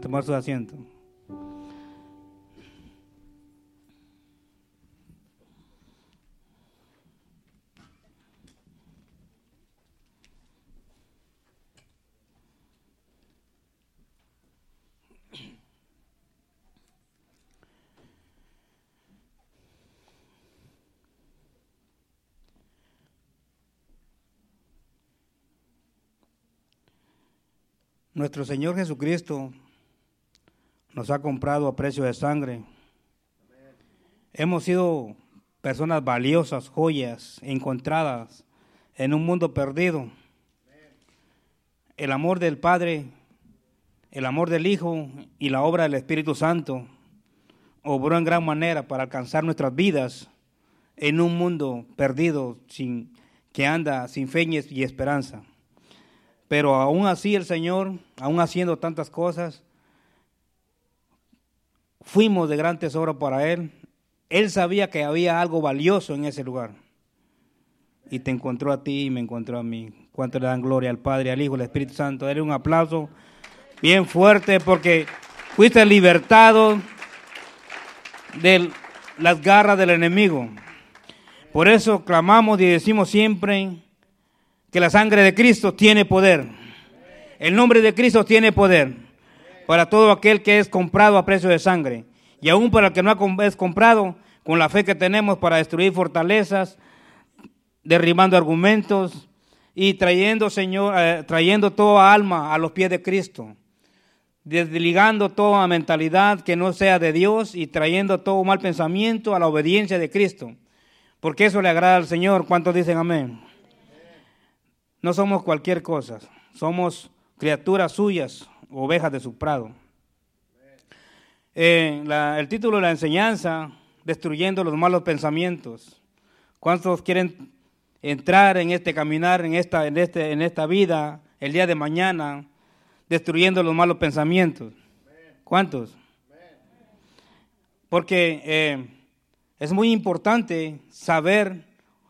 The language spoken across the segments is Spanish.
tomar su asiento. Nuestro Señor Jesucristo nos ha comprado a precio de sangre. Hemos sido personas valiosas, joyas encontradas en un mundo perdido. El amor del Padre, el amor del Hijo y la obra del Espíritu Santo obró en gran manera para alcanzar nuestras vidas en un mundo perdido que anda sin fe y esperanza. Pero aún así el Señor, aún haciendo tantas cosas, fuimos de gran tesoro para Él. Él sabía que había algo valioso en ese lugar. Y te encontró a ti y me encontró a mí. ¿Cuánto le dan gloria al Padre, al Hijo, al Espíritu Santo? Dale un aplauso bien fuerte porque fuiste libertado de las garras del enemigo. Por eso clamamos y decimos siempre que la sangre de Cristo tiene poder. El nombre de Cristo tiene poder para todo aquel que es comprado a precio de sangre. Y aún para el que no es comprado, con la fe que tenemos para destruir fortalezas, derribando argumentos y trayendo toda alma a los pies de Cristo. Desligando toda mentalidad que no sea de Dios y trayendo todo mal pensamiento a la obediencia de Cristo. Porque eso le agrada al Señor. ¿Cuántos dicen amén? No somos cualquier cosa, somos criaturas suyas, ovejas de su prado. El título de la enseñanza, destruyendo los malos pensamientos. ¿Cuántos quieren entrar en este caminar, en esta vida, el día de mañana, destruyendo los malos pensamientos? ¿Cuántos? Porque es muy importante saber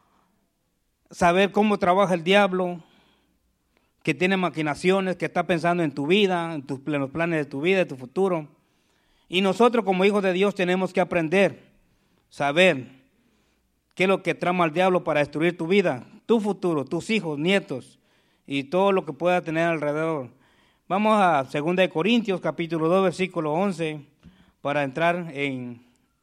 cómo trabaja el diablo, que tiene maquinaciones, que está pensando en tu vida, en los planes de tu vida, de tu futuro. Y nosotros como hijos de Dios tenemos que aprender, saber qué es lo que trama el diablo para destruir tu vida, tu futuro, tus hijos, nietos y todo lo que pueda tener alrededor. Vamos a 2 Corintios capítulo 2 versículo 11 para entrar en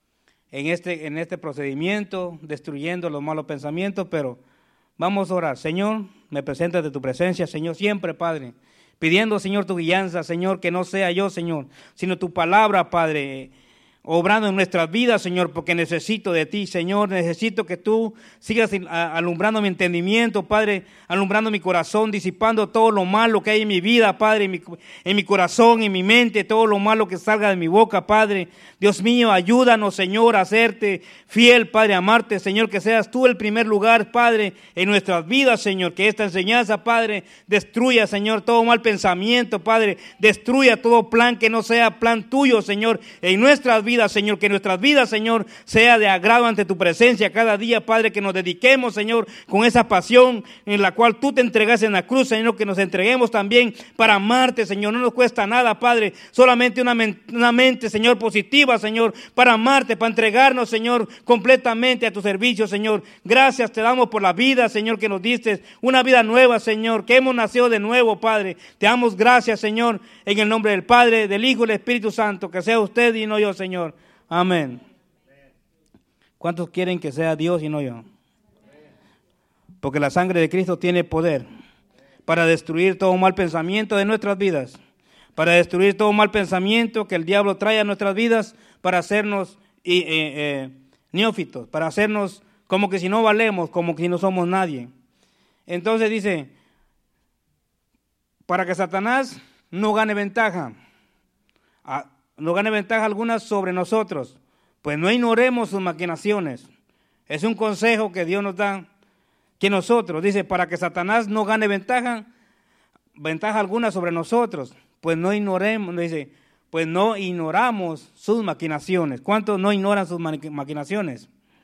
este procedimiento, destruyendo los malos pensamientos, pero vamos a orar. Señor, me presento ante tu presencia, Señor, siempre, Padre, pidiendo, Señor, tu guianza, Señor, que no sea yo, Señor, sino tu palabra, Padre, obrando en nuestras vidas, Señor, porque necesito de ti, Señor, necesito que tú sigas alumbrando mi entendimiento, Padre, alumbrando mi corazón, disipando todo lo malo que hay en mi vida, Padre, en mi corazón, en mi mente, todo lo malo que salga de mi boca, Padre. Dios mío, ayúdanos, Señor, a hacerte fiel, Padre, a amarte, Señor, que seas tú el primer lugar, Padre, en nuestras vidas, Señor, que esta enseñanza, Padre, destruya, Señor, todo mal pensamiento, Padre, destruya todo plan que no sea plan tuyo, Señor, en nuestras vidas, Señor, que nuestras vidas, Señor, sea de agrado ante tu presencia cada día, Padre, que nos dediquemos, Señor, con esa pasión en la cual tú te entregas en la cruz, Señor, que nos entreguemos también para amarte, Señor, no nos cuesta nada, Padre, solamente una mente, Señor, positiva, Señor, para amarte, para entregarnos, Señor, completamente a tu servicio, Señor. Gracias te damos por la vida, Señor, que nos diste, una vida nueva, Señor, que hemos nacido de nuevo, Padre. Te damos gracias, Señor, en el nombre del Padre, del Hijo y del Espíritu Santo, que sea usted y no yo, Señor. Amén. ¿Cuántos quieren que sea Dios y no yo? Porque la sangre de Cristo tiene poder para destruir todo mal pensamiento de nuestras vidas, para destruir todo mal pensamiento que el diablo trae a nuestras vidas, para hacernos neófitos, para hacernos como que si no valemos, como que si no somos nadie. Entonces dice, para que Satanás no gane ventaja alguna sobre nosotros, pues no ignoremos sus maquinaciones. Es un consejo que Dios nos da, que nosotros, dice, para que Satanás no gane ventaja alguna sobre nosotros, pues no ignoremos, dice, pues no ignoramos sus maquinaciones. ¿Cuántos no ignoran sus maquinaciones?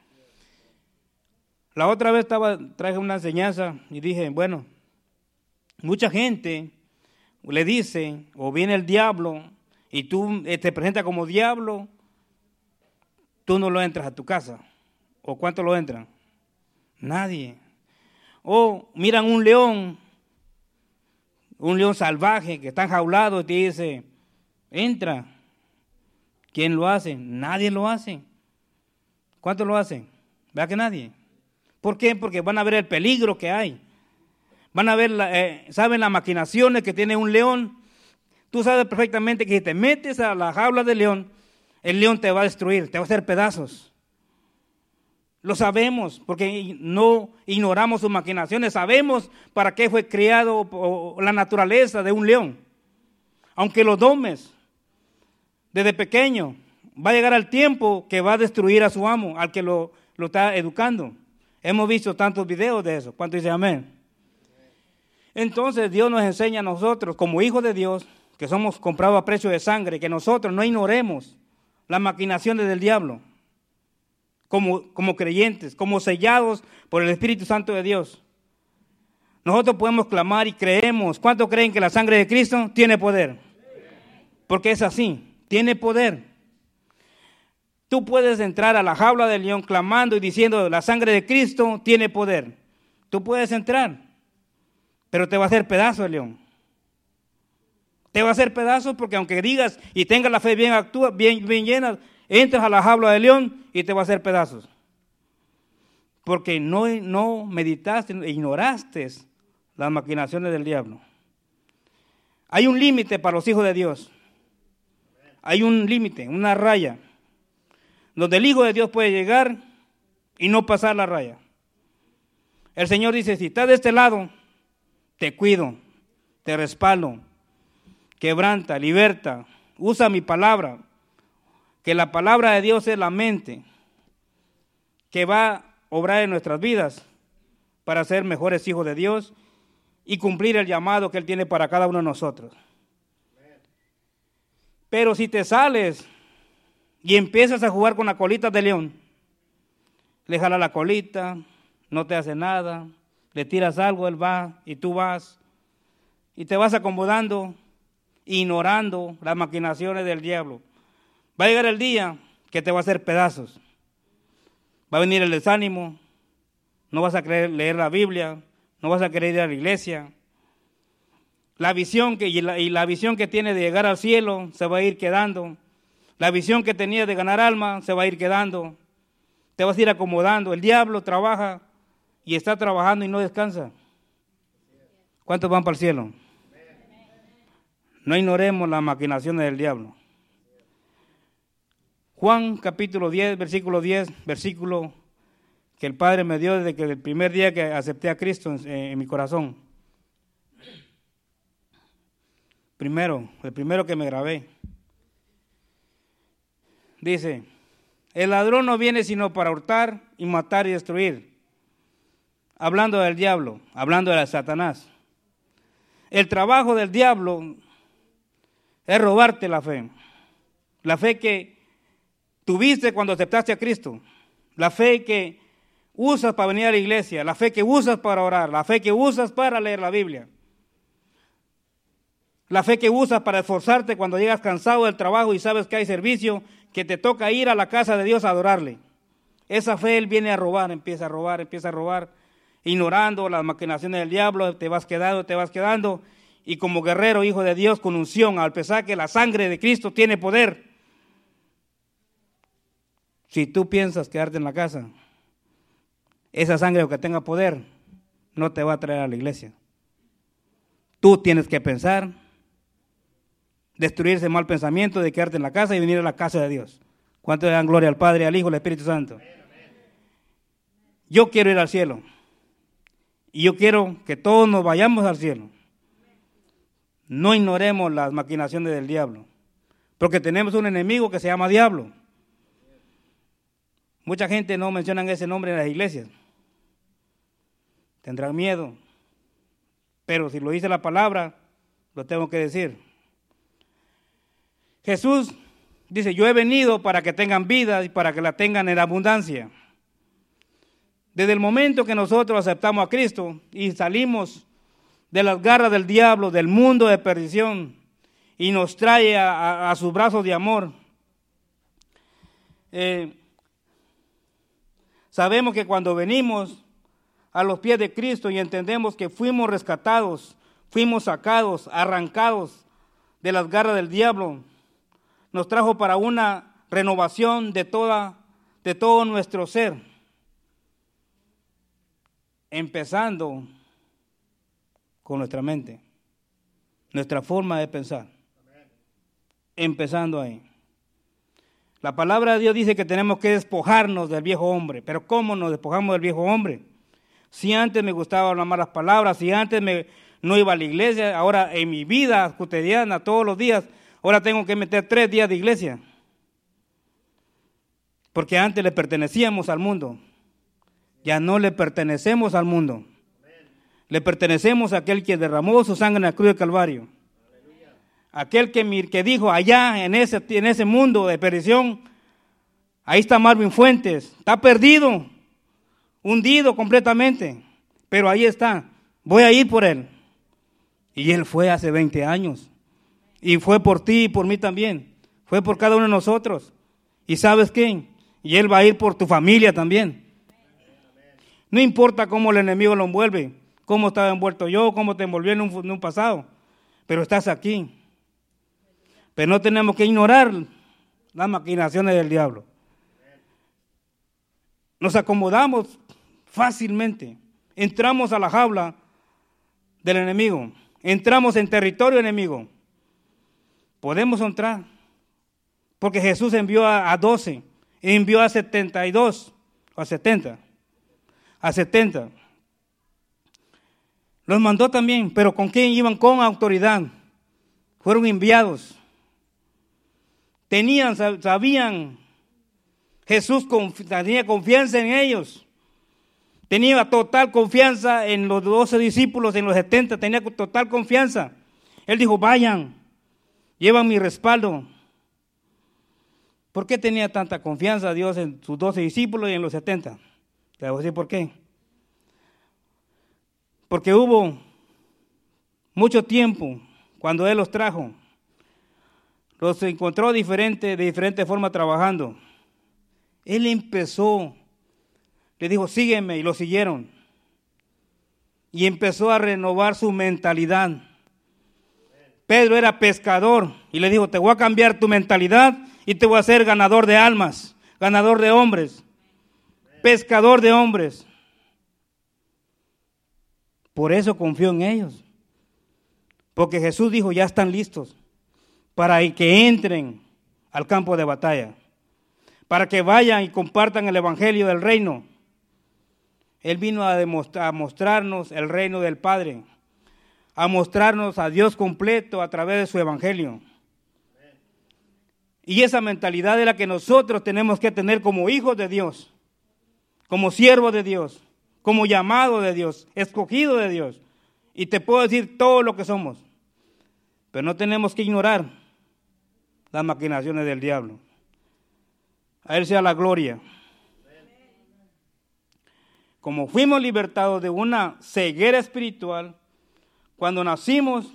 La otra vez traje una enseñanza y dije, bueno, mucha gente le dice, o viene el diablo y tú te presentas como diablo, tú no lo entras a tu casa. ¿O cuántos lo entran? Nadie. O miran un león salvaje que está enjaulado y te dice, entra. ¿Quién lo hace? Nadie lo hace. ¿Cuántos lo hacen? ¿Verdad que nadie? ¿Por qué? Porque van a ver el peligro que hay. Van a ver, saben las maquinaciones que tiene un león. Tú sabes perfectamente que si te metes a la jaula del león, el león te va a destruir, te va a hacer pedazos. Lo sabemos porque no ignoramos sus maquinaciones. Sabemos para qué fue creado la naturaleza de un león. Aunque lo domes desde pequeño, va a llegar el tiempo que va a destruir a su amo, al que lo está educando. Hemos visto tantos videos de eso. ¿Cuántos dicen amén? Entonces Dios nos enseña a nosotros, como hijos de Dios, que somos comprados a precio de sangre, que nosotros no ignoremos las maquinaciones del diablo, como creyentes, como sellados por el Espíritu Santo de Dios. Nosotros podemos clamar y creemos. ¿Cuántos creen que la sangre de Cristo tiene poder? Porque es así, tiene poder. Tú puedes entrar a la jaula del león clamando y diciendo, la sangre de Cristo tiene poder. Tú puedes entrar, pero te va a hacer pedazo el león. Te va a hacer pedazos porque aunque digas y tengas la fe bien llena, entras a la jaula del león y te va a hacer pedazos. Porque no meditaste, ignoraste las maquinaciones del diablo. Hay un límite para los hijos de Dios. Hay un límite, una raya, donde el Hijo de Dios puede llegar y no pasar la raya. El Señor dice, si estás de este lado, te cuido, te respaldo, quebranta, liberta, usa mi palabra, que la palabra de Dios es la mente, que va a obrar en nuestras vidas para ser mejores hijos de Dios y cumplir el llamado que Él tiene para cada uno de nosotros. Pero si te sales y empiezas a jugar con la colita de león, le jala la colita, no te hace nada, le tiras algo, él va y tú vas y te vas acomodando, ignorando las maquinaciones del diablo. Va a llegar el día que te va a hacer pedazos. Va a venir el desánimo, no vas a querer leer la Biblia, no vas a querer ir a la iglesia. La visión la visión que tienes de llegar al cielo se va a ir quedando. La visión que tenías de ganar alma se va a ir quedando. Te vas a ir acomodando. El diablo trabaja y está trabajando y no descansa. ¿Cuántos van para el cielo? No ignoremos las maquinaciones del diablo. Juan capítulo 10, versículo 10, versículo que el Padre me dio desde que el primer día que acepté a Cristo en mi corazón. El primero que me grabé. Dice, el ladrón no viene sino para hurtar y matar y destruir. Hablando del diablo, hablando de Satanás. El trabajo del diablo es robarte la fe que tuviste cuando aceptaste a Cristo, la fe que usas para venir a la iglesia, la fe que usas para orar, la fe que usas para leer la Biblia, la fe que usas para esforzarte cuando llegas cansado del trabajo y sabes que hay servicio, que te toca ir a la casa de Dios a adorarle. Esa fe Él viene a robar, empieza a robar, ignorando las maquinaciones del diablo, te vas quedando, y como guerrero, hijo de Dios, con unción, al pesar que la sangre de Cristo tiene poder. Si tú piensas quedarte en la casa, esa sangre que tenga poder no te va a traer a la iglesia. Tú tienes que pensar, destruir ese mal pensamiento de quedarte en la casa y venir a la casa de Dios. ¿Cuánto le dan gloria al Padre, al Hijo, al Espíritu Santo? Yo quiero ir al cielo y yo quiero que todos nos vayamos al cielo. No ignoremos las maquinaciones del diablo, porque tenemos un enemigo que se llama diablo. Mucha gente no menciona ese nombre en las iglesias. Tendrán miedo, pero si lo dice la palabra, lo tengo que decir. Jesús dice, yo he venido para que tengan vida y para que la tengan en abundancia. Desde el momento que nosotros aceptamos a Cristo y salimos de las garras del diablo, del mundo de perdición, y nos trae a sus brazos de amor. Sabemos que cuando venimos a los pies de Cristo y entendemos que fuimos rescatados, fuimos sacados, arrancados de las garras del diablo, nos trajo para una renovación de todo nuestro ser, empezando con nuestra mente, nuestra forma de pensar, empezando ahí. La palabra de Dios dice que tenemos que despojarnos del viejo hombre, pero ¿cómo nos despojamos del viejo hombre? Si antes me gustaban las malas palabras, si antes no iba a la iglesia, ahora en mi vida cotidiana, todos los días, ahora tengo que meter 3 días de iglesia. Porque antes le pertenecíamos al mundo, ya no le pertenecemos al mundo. Le pertenecemos a aquel que derramó su sangre en la cruz del Calvario. Aquel que dijo allá en ese mundo de perdición, ahí está Marvin Fuentes, está perdido, hundido completamente, pero ahí está, voy a ir por él. Y él fue hace 20 años, y fue por ti y por mí también, fue por cada uno de nosotros. ¿Y sabes qué? Y él va a ir por tu familia también. No importa cómo el enemigo lo envuelve, cómo estaba envuelto yo, cómo te envolvió en un pasado, pero estás aquí. Pero no tenemos que ignorar las maquinaciones del diablo. Nos acomodamos fácilmente. Entramos a la jaula del enemigo. Entramos en territorio enemigo. Podemos entrar. Porque Jesús envió a 12. Envió a 72. O a 70. A 70. Los mandó también. Pero ¿con quién iban? Con autoridad. Fueron enviados. Sabían, Jesús tenía confianza en ellos, tenía total confianza en los 12 discípulos, en los 70, tenía total confianza. Él dijo, vayan, llevan mi respaldo. ¿Por qué tenía tanta confianza Dios en sus 12 discípulos y en los 70? Te voy a decir por qué. Porque hubo mucho tiempo cuando Él los trajo. Los encontró de diferente forma trabajando. Él empezó, le dijo, sígueme, y lo siguieron. Y empezó a renovar su mentalidad. Pedro era pescador y le dijo, te voy a cambiar tu mentalidad y te voy a hacer ganador de almas, ganador de hombres, pescador de hombres. Por eso confío en ellos. Porque Jesús dijo, ya están listos para que entren al campo de batalla, para que vayan y compartan el evangelio del reino. Él vino a mostrarnos el reino del Padre, a mostrarnos a Dios completo a través de su evangelio. Y esa mentalidad es la que nosotros tenemos que tener como hijos de Dios, como siervos de Dios, como llamados de Dios, escogidos de Dios. Y te puedo decir todo lo que somos, pero no tenemos que ignorar las maquinaciones del diablo. A Él sea la gloria. Como fuimos libertados de una ceguera espiritual, cuando nacimos,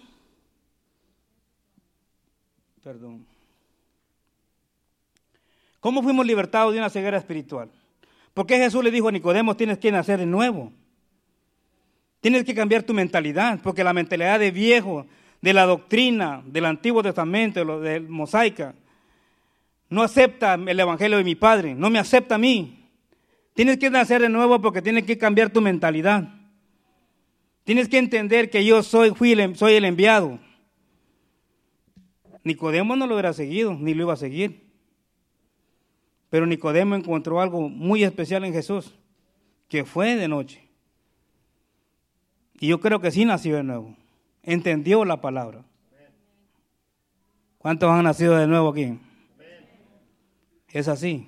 ¿cómo fuimos libertados de una ceguera espiritual? Porque Jesús le dijo a Nicodemo, tienes que nacer de nuevo. Tienes que cambiar tu mentalidad, porque la mentalidad de viejo, de la doctrina del Antiguo Testamento, de mosaica, no acepta el evangelio de mi Padre, no me acepta a mí. Tienes que nacer de nuevo porque tienes que cambiar tu mentalidad. Tienes que entender que yo soy el enviado. Nicodemo no lo hubiera seguido, ni lo iba a seguir. Pero Nicodemo encontró algo muy especial en Jesús, que fue de noche. Y yo creo que sí nació de nuevo. Entendió la palabra. ¿Cuántos han nacido de nuevo aquí? Es así.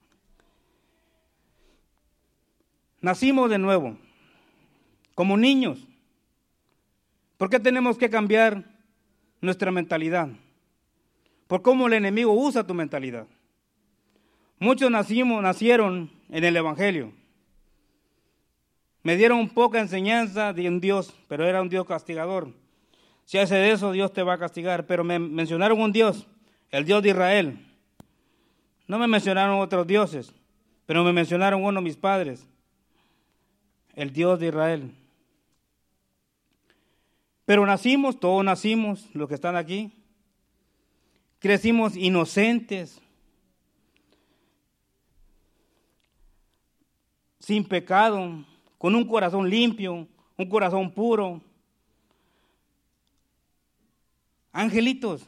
Nacimos de nuevo, como niños. ¿Por qué tenemos que cambiar nuestra mentalidad? Por cómo el enemigo usa tu mentalidad. Muchos nacieron en el evangelio. Me dieron poca enseñanza de un Dios, pero era un Dios castigador. Si haces eso, Dios te va a castigar. Pero me mencionaron un Dios, el Dios de Israel. No me mencionaron otros dioses, pero me mencionaron uno de mis padres, el Dios de Israel. Pero nacimos, todos nacimos, los que están aquí, crecimos inocentes, sin pecado, con un corazón limpio, un corazón puro. Angelitos,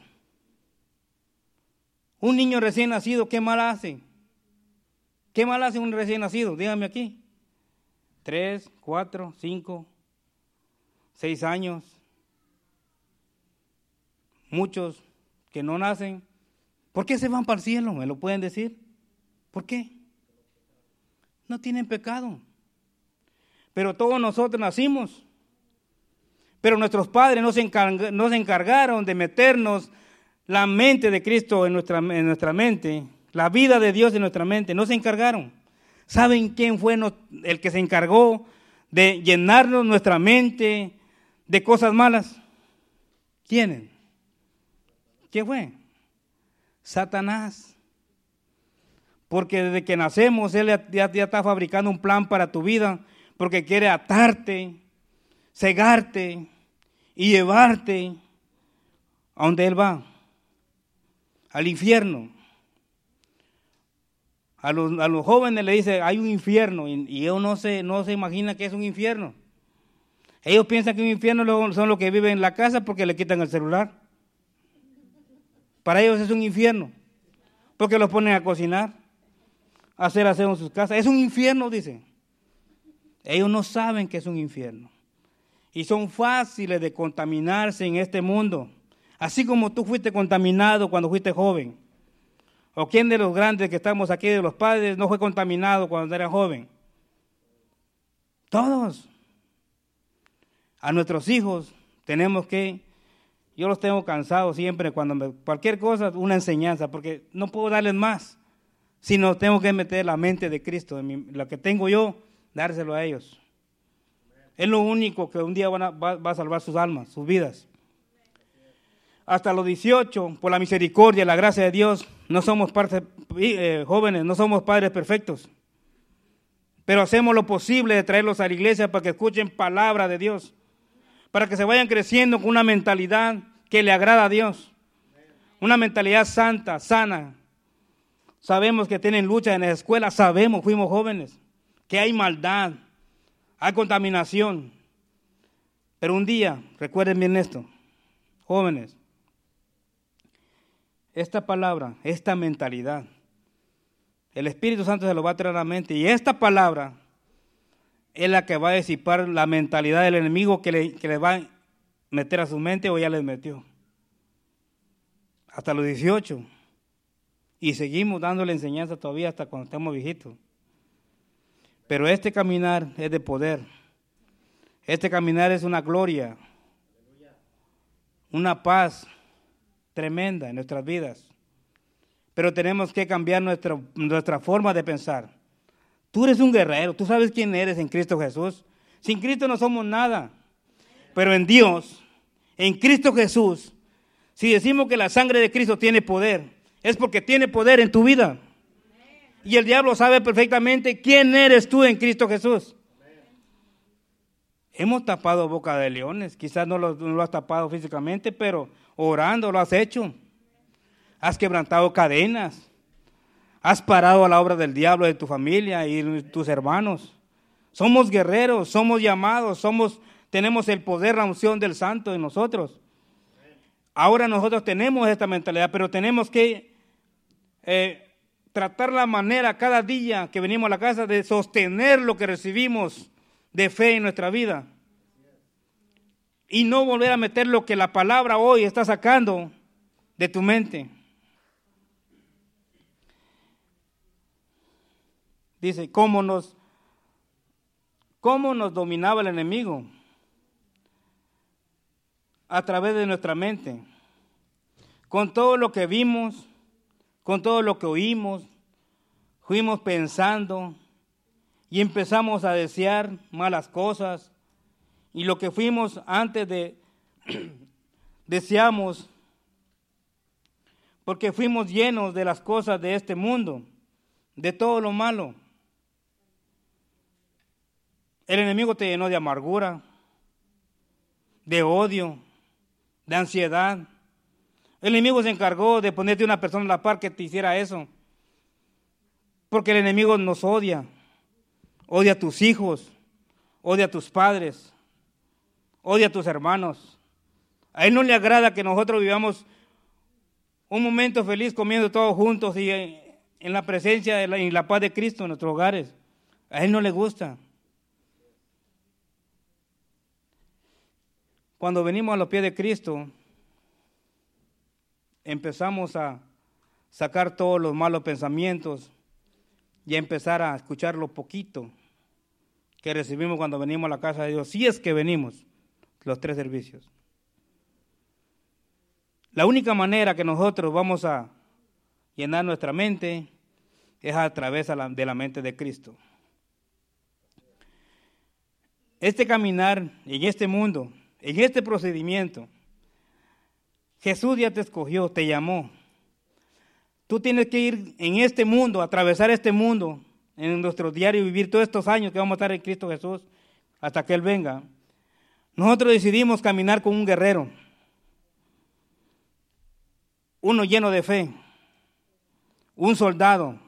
un niño recién nacido, ¿qué mal hace? ¿Qué mal hace un recién nacido? Dígame aquí. 3, 4, 5, 6 años. Muchos que no nacen, ¿por qué se van para el cielo? ¿Me lo pueden decir? ¿Por qué? No tienen pecado. Pero todos nosotros nacimos. Pero nuestros padres no se encargaron de meternos la mente de Cristo en nuestra mente, la vida de Dios en nuestra mente. No se encargaron. ¿Saben quién fue el que se encargó de llenarnos nuestra mente de cosas malas? ¿Quién? ¿Qué fue? Satanás. Porque desde que nacemos, Él ya está fabricando un plan para tu vida, porque quiere atarte, cegarte y llevarte a donde Él va, al infierno. A los jóvenes le dice, hay un infierno, y ellos no se imaginan que es un infierno. Ellos piensan que un infierno son los que viven en la casa porque le quitan el celular. Para ellos es un infierno, porque los ponen a cocinar, a hacer aseo en sus casas. Es un infierno, dicen. Ellos no saben que es un infierno. Y son fáciles de contaminarse en este mundo. Así como tú fuiste contaminado cuando fuiste joven. ¿O quién de los grandes que estamos aquí, de los padres, no fue contaminado cuando era joven? Todos. A nuestros hijos tenemos que, yo los tengo cansados siempre, cualquier cosa, una enseñanza, porque no puedo darles más, sino tengo que meter la mente de Cristo, lo que tengo yo, dárselo a ellos. Es lo único que un día va a salvar sus almas, sus vidas. Hasta los 18, por la misericordia y la gracia de Dios, no somos jóvenes, no somos padres perfectos. Pero hacemos lo posible de traerlos a la iglesia para que escuchen palabra de Dios. Para que se vayan creciendo con una mentalidad que le agrada a Dios. Una mentalidad santa, sana. Sabemos que tienen lucha en la escuela, sabemos, fuimos jóvenes, que hay maldad, hay contaminación. Pero un día, recuerden bien esto, jóvenes, esta palabra, esta mentalidad, el Espíritu Santo se lo va a traer a la mente, y esta palabra es la que va a disipar la mentalidad del enemigo que le va a meter a su mente, o ya les metió. Hasta los 18. Y seguimos dándole enseñanza todavía hasta cuando estemos viejitos. Pero este caminar es de poder. Este caminar es una gloria, una paz tremenda en nuestras vidas. Pero tenemos que cambiar nuestra forma de pensar. Tú eres un guerrero, tú sabes quién eres en Cristo Jesús. Sin Cristo no somos nada. Pero en Dios, en Cristo Jesús, si decimos que la sangre de Cristo tiene poder, es porque tiene poder en tu vida. Y el diablo sabe perfectamente quién eres tú en Cristo Jesús. Hemos tapado boca de leones, quizás no lo has tapado físicamente, pero orando lo has hecho. Has quebrantado cadenas. Has parado a la obra del diablo de tu familia y tus hermanos. Somos guerreros, somos llamados, tenemos el poder, la unción del Santo en nosotros. Ahora nosotros tenemos esta mentalidad, pero tenemos que tratar la manera cada día que venimos a la casa de sostener lo que recibimos de fe en nuestra vida. Y no volver a meter lo que la palabra hoy está sacando de tu mente. Dice, ¿cómo nos dominaba el enemigo? A través de nuestra mente. Con todo lo que vimos, con todo lo que oímos, fuimos pensando y empezamos a desear malas cosas. Y lo que fuimos antes de deseamos, porque fuimos llenos de las cosas de este mundo, de todo lo malo. El enemigo te llenó de amargura, de odio, de ansiedad. El enemigo se encargó de ponerte una persona a la par que te hiciera eso. Porque el enemigo nos odia. Odia a tus hijos, odia a tus padres, odia a tus hermanos. A él no le agrada que nosotros vivamos un momento feliz comiendo todos juntos y en la presencia y la paz de Cristo en nuestros hogares. A él no le gusta. Cuando venimos a los pies de Cristo, empezamos a sacar todos los malos pensamientos y a empezar a escuchar lo poquito que recibimos cuando venimos a la casa de Dios, si es que venimos los 3 servicios. La única manera que nosotros vamos a llenar nuestra mente es a través de la mente de Cristo. Este caminar en este mundo, en este procedimiento, Jesús ya te escogió, te llamó. Tú tienes que ir en este mundo, atravesar este mundo, en nuestro diario, vivir todos estos años que vamos a estar en Cristo Jesús hasta que Él venga. Nosotros decidimos caminar con un guerrero, uno lleno de fe, un soldado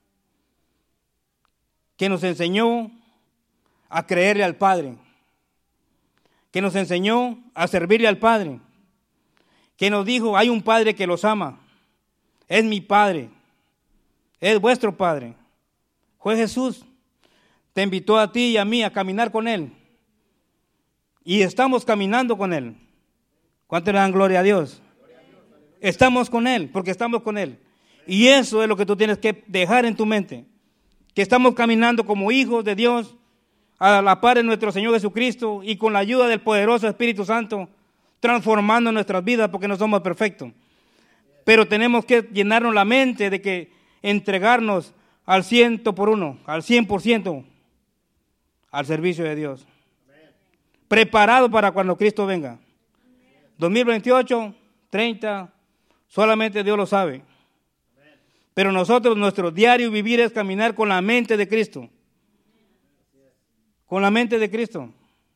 que nos enseñó a creerle al Padre, que nos enseñó a servirle al Padre, que nos dijo, hay un Padre que los ama. Es mi Padre, es vuestro Padre. Fue Jesús, te invitó a ti y a mí a caminar con Él. Y estamos caminando con Él. ¿Cuánto le dan gloria a Dios? Estamos con Él, porque estamos con Él. Y eso es lo que tú tienes que dejar en tu mente. Que estamos caminando como hijos de Dios, a la par de nuestro Señor Jesucristo y con la ayuda del poderoso Espíritu Santo, transformando nuestras vidas porque no somos perfectos. Pero tenemos que llenarnos la mente de que entregarnos al 100%, al 100% al servicio de Dios. Preparado para cuando Cristo venga. 2028, 30, solamente Dios lo sabe. Pero nosotros, nuestro diario vivir es caminar con la mente de Cristo. Con la mente de Cristo.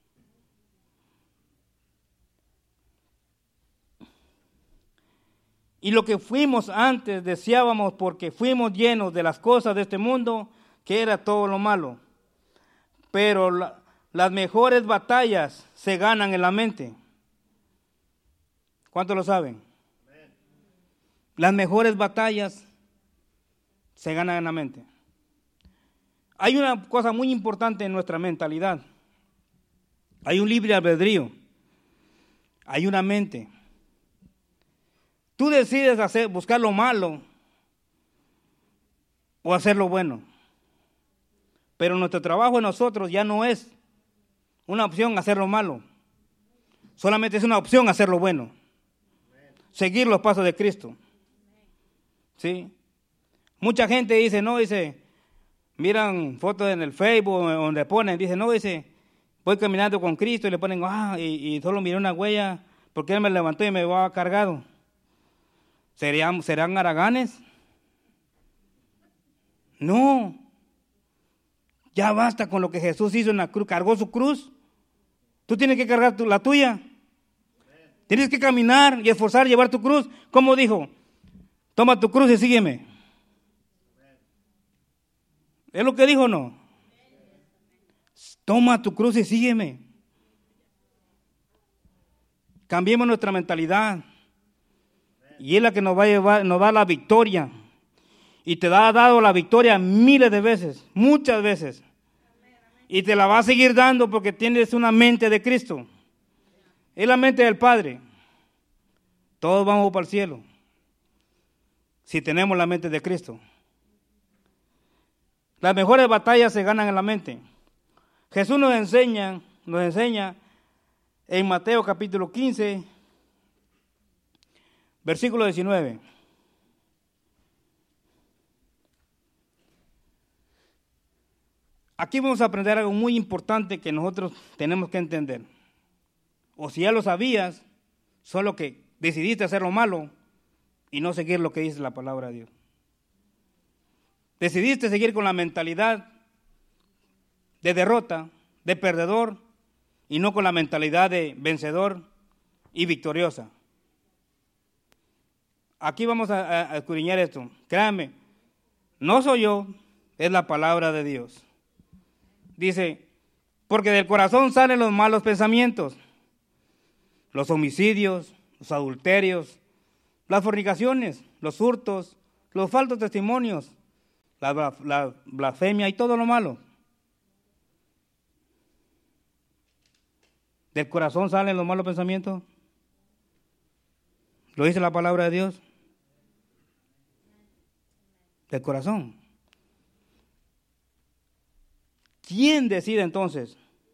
Y lo que fuimos antes deseábamos porque fuimos llenos de las cosas de este mundo, que era todo lo malo. Pero las mejores batallas se ganan en la mente. ¿Cuántos lo saben? Las mejores batallas se ganan en la mente. Hay una cosa muy importante en nuestra mentalidad. Hay un libre albedrío. Hay una mente. Tú decides buscar lo malo o hacer lo bueno. Pero nuestro trabajo en nosotros ya no es una opción hacer lo malo. Solamente es una opción hacer lo bueno. Seguir los pasos de Cristo. ¿Sí? Mucha gente dice, miran fotos en el Facebook donde ponen, voy caminando con Cristo y le ponen, y solo miré una huella porque Él me levantó y me va cargado. ¿Serán haraganes? No. Ya basta con lo que Jesús hizo en la cruz. Cargó su cruz. Tú tienes que cargar la tuya. Tienes que caminar y esforzar, llevar tu cruz. ¿Cómo dijo? Toma tu cruz y sígueme. ¿Es lo que dijo o no? Toma tu cruz y sígueme. Cambiemos nuestra mentalidad. Y es la que nos va a llevar, nos da la victoria. Y te ha dado la victoria miles de veces, muchas veces. Y te la va a seguir dando porque tienes una mente de Cristo. Es la mente del Padre. Todos vamos para el cielo. Si tenemos la mente de Cristo. Las mejores batallas se ganan en la mente. Jesús nos enseña en Mateo capítulo 15, versículo 19. Aquí vamos a aprender algo muy importante que nosotros tenemos que entender. O si ya lo sabías, solo que decidiste hacer lo malo y no seguir lo que dice la palabra de Dios. Decidiste seguir con la mentalidad de derrota, de perdedor, y no con la mentalidad de vencedor y victoriosa. Aquí vamos a escudriñar esto. Créanme, no soy yo, es la palabra de Dios. Dice, porque del corazón salen los malos pensamientos, los homicidios, los adulterios, las fornicaciones, los hurtos, los falsos testimonios, la blasfemia y todo lo malo. Del corazón salen los malos pensamientos. ¿Lo dice la palabra de Dios? Del corazón. ¿Quién decide entonces?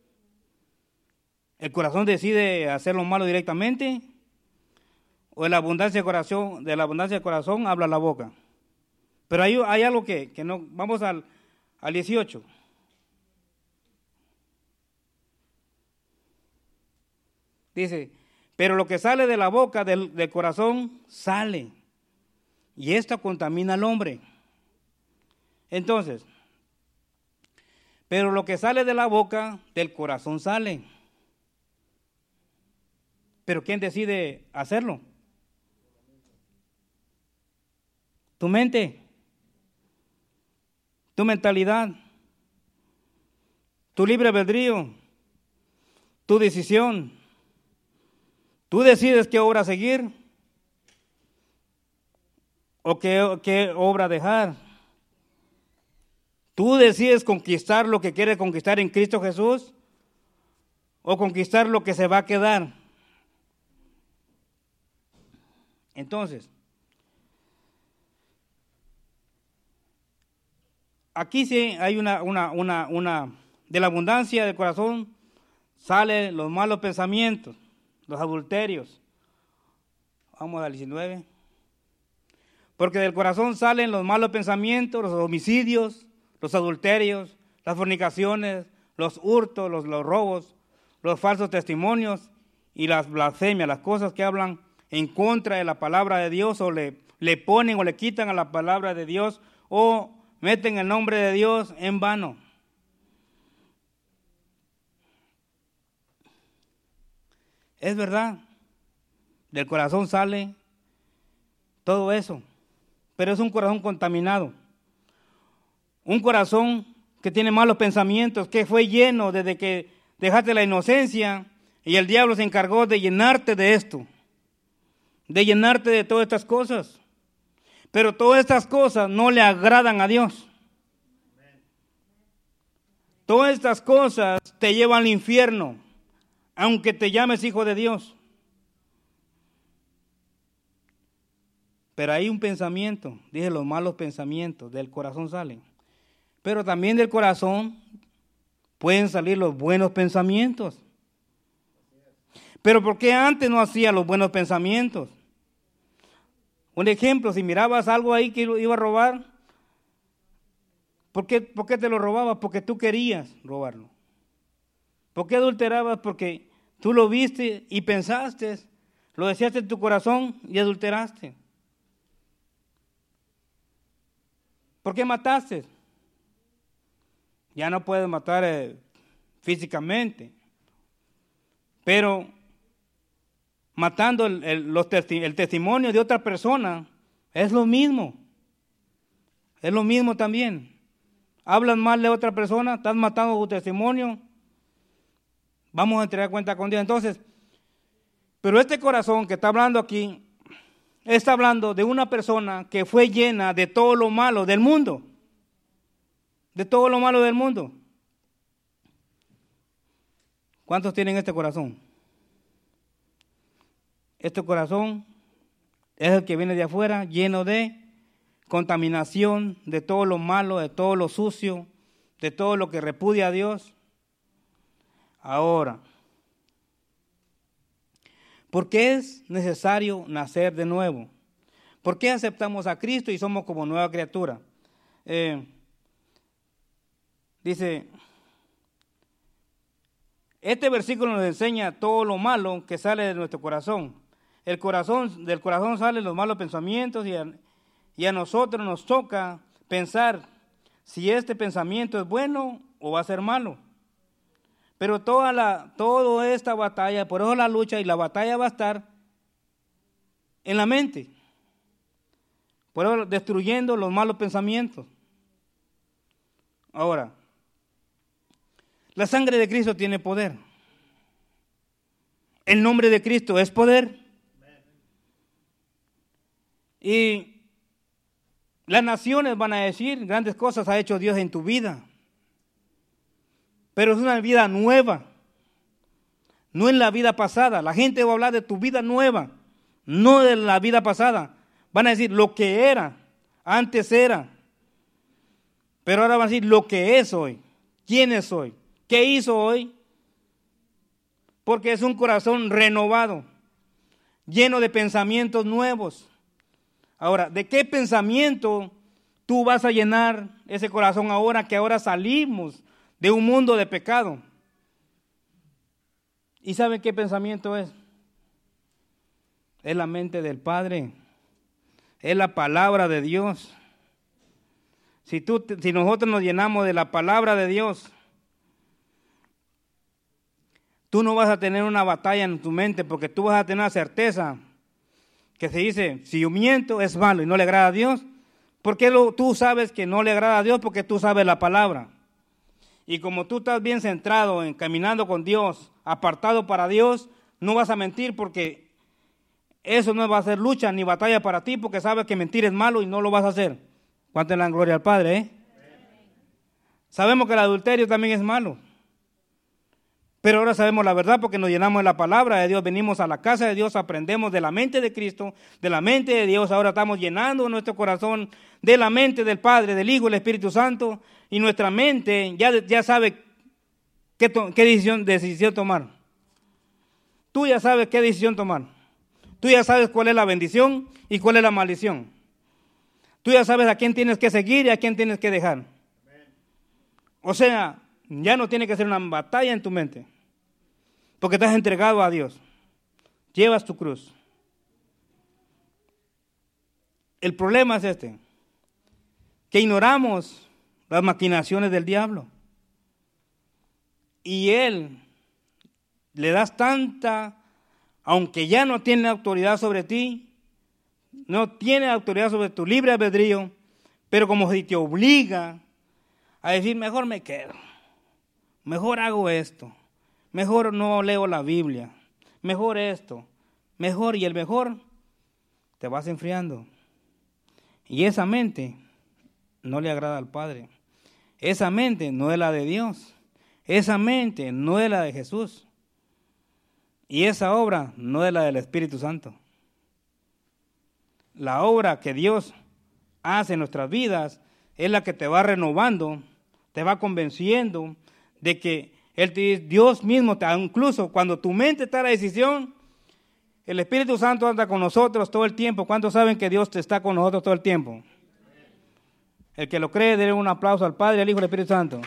¿El corazón decide hacer lo malo directamente? ¿O de la abundancia del corazón habla la boca? Pero hay algo que no. Vamos al 18. Dice, pero lo que sale de la boca del corazón sale, y esto contamina al hombre. Entonces, pero lo que sale de la boca del corazón sale. Pero ¿quién decide hacerlo? Tu mente, tu mentalidad, tu libre albedrío, tu decisión. Tú decides qué obra seguir o qué obra dejar. Tú decides conquistar lo que quieres conquistar en Cristo Jesús o conquistar lo que se va a quedar. Entonces, aquí sí hay una de la abundancia del corazón salen los malos pensamientos, los adulterios. Vamos al 19. Porque del corazón salen los malos pensamientos, los homicidios, los adulterios, las fornicaciones, los hurtos, los robos, los falsos testimonios y las blasfemias, las cosas que hablan en contra de la palabra de Dios o le ponen o le quitan a la palabra de Dios o meten el nombre de Dios en vano. Es verdad, del corazón sale todo eso, pero es un corazón contaminado. Un corazón que tiene malos pensamientos, que fue lleno desde que dejaste la inocencia y el diablo se encargó de llenarte de esto, de llenarte de todas estas cosas. Pero todas estas cosas no le agradan a Dios. Todas estas cosas te llevan al infierno, aunque te llames hijo de Dios. Pero hay un pensamiento, dije los malos pensamientos, del corazón salen. Pero también del corazón pueden salir los buenos pensamientos. Pero ¿por qué antes no hacía los buenos pensamientos? Un ejemplo, si mirabas algo ahí que iba a robar, ¿por qué te lo robabas? Porque tú querías robarlo. ¿Por qué adulterabas? Porque tú lo viste y pensaste, lo deseaste en tu corazón y adulteraste. ¿Por qué mataste? Ya no puedes matar físicamente, pero matando el testimonio de otra persona es lo mismo. Es lo mismo también. Hablas mal de otra persona, estás matando tu testimonio. Vamos a entregar cuenta con Dios. Entonces, pero este corazón que está hablando aquí, está hablando de una persona que fue llena de todo lo malo del mundo. De todo lo malo del mundo. ¿Cuántos tienen este corazón? Este corazón es el que viene de afuera, lleno de contaminación, de todo lo malo, de todo lo sucio, de todo lo que repudia a Dios. Ahora, ¿por qué es necesario nacer de nuevo? ¿Por qué aceptamos a Cristo y somos como nueva criatura? Dice, este versículo nos enseña todo lo malo que sale de nuestro corazón. del corazón salen los malos pensamientos y a nosotros nos toca pensar si este pensamiento es bueno o va a ser malo. Pero toda esta batalla, por eso la lucha y la batalla va a estar en la mente. Por eso destruyendo los malos pensamientos. Ahora, la sangre de Cristo tiene poder. El nombre de Cristo es poder. Y las naciones van a decir, grandes cosas ha hecho Dios en tu vida. Pero es una vida nueva. No en la vida pasada. La gente va a hablar de tu vida nueva, no de la vida pasada. Van a decir lo que era, antes era. Pero ahora van a decir lo que es hoy. ¿Quién es hoy? ¿Qué hizo hoy? Porque es un corazón renovado, lleno de pensamientos nuevos. Ahora, ¿de qué pensamiento tú vas a llenar ese corazón ahora que ahora salimos de un mundo de pecado? ¿Y saben qué pensamiento es? Es la mente del Padre. Es la palabra de Dios. Si nosotros nos llenamos de la palabra de Dios, tú no vas a tener una batalla en tu mente porque tú vas a tener la certeza que se dice, si yo miento es malo y no le agrada a Dios. ¿Por qué tú sabes que no le agrada a Dios? Porque tú sabes la palabra. Y como tú estás bien centrado en caminando con Dios, apartado para Dios, no vas a mentir porque eso no va a ser lucha ni batalla para ti porque sabes que mentir es malo y no lo vas a hacer. ¿Cuánto le dan gloria al Padre? ¿Eh? Sabemos que el adulterio también es malo. Pero ahora sabemos la verdad porque nos llenamos de la palabra de Dios, venimos a la casa de Dios, aprendemos de la mente de Cristo, de la mente de Dios. Ahora estamos llenando nuestro corazón de la mente del Padre, del Hijo, del Espíritu Santo. Y nuestra mente ya sabe qué decisión tomar. Tú ya sabes qué decisión tomar. Tú ya sabes cuál es la bendición y cuál es la maldición. Tú ya sabes a quién tienes que seguir y a quién tienes que dejar. O sea, ya no tiene que ser una batalla en tu mente. Porque estás entregado a Dios. Llevas tu cruz. El problema es que ignoramos las maquinaciones del diablo. Y él le das tanta, aunque ya no tiene autoridad sobre ti, no tiene autoridad sobre tu libre albedrío, pero como si te obliga a decir, mejor me quedo, mejor hago esto, mejor no leo la Biblia, mejor esto, mejor y el mejor, te vas enfriando. Y esa mente no le agrada al Padre. Esa mente no es la de Dios. Esa mente no es la de Jesús. Y esa obra no es la del Espíritu Santo. La obra que Dios hace en nuestras vidas es la que te va renovando, te va convenciendo de que Dios mismo, incluso cuando tu mente está en la decisión, el Espíritu Santo anda con nosotros todo el tiempo. ¿Cuántos saben que Dios está con nosotros todo el tiempo? El que lo cree, dé un aplauso al Padre, al Hijo y al Espíritu Santo.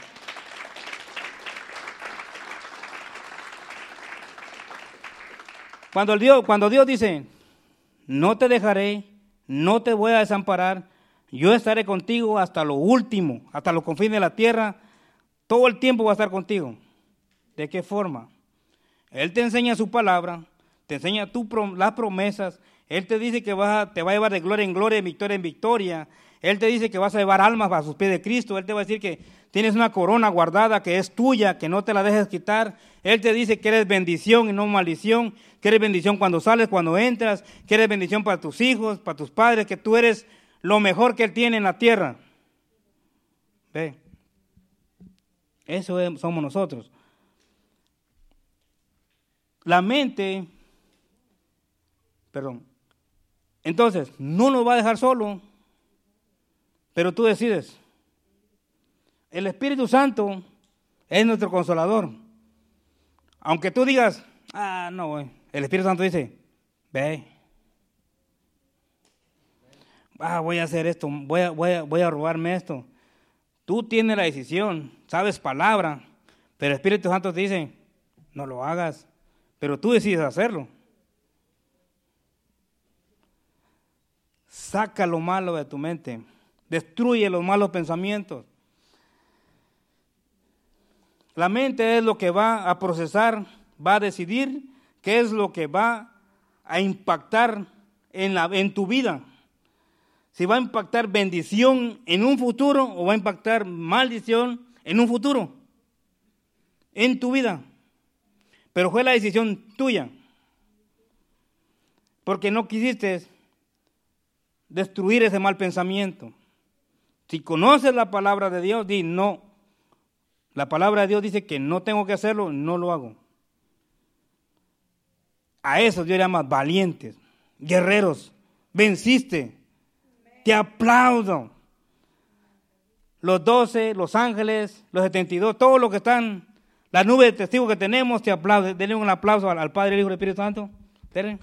Cuando Dios dice, no te dejaré, no te voy a desamparar, yo estaré contigo hasta lo último, hasta los confines de la tierra, todo el tiempo va a estar contigo. ¿De qué forma? Él te enseña su palabra, te enseña las promesas, Él te dice que te va a llevar de gloria en gloria, de victoria en victoria. Él te dice que vas a llevar almas a sus pies de Cristo. Él te va a decir que tienes una corona guardada que es tuya, que no te la dejes quitar. Él te dice que eres bendición y no maldición, que eres bendición cuando sales, cuando entras, que eres bendición para tus hijos, para tus padres, que tú eres lo mejor que Él tiene en la tierra. Ve, eso somos nosotros. La mente, entonces, no nos va a dejar solo, pero tú decides. El Espíritu Santo es nuestro consolador. Aunque tú digas, no, el Espíritu Santo dice, ve, voy a hacer esto, voy a robarme esto. Tú tienes la decisión, sabes palabra, pero el Espíritu Santo te dice, no lo hagas, pero tú decides hacerlo. Saca lo malo de tu mente. Destruye los malos pensamientos. La mente es lo que va a procesar, va a decidir qué es lo que va a impactar en tu vida. Si va a impactar bendición en un futuro o va a impactar maldición en un futuro, en tu vida. Pero fue la decisión tuya, porque no quisiste destruir ese mal pensamiento. Si conoces la palabra de Dios, di no. La palabra de Dios dice que no tengo que hacerlo, no lo hago. A esos Dios llama valientes, guerreros, venciste. Te aplaudo. Los 12, los ángeles, los 72, todos los que están, la nube de testigos que tenemos, te aplauden. Denle un aplauso al Padre, el Hijo y el Espíritu Santo. Denle.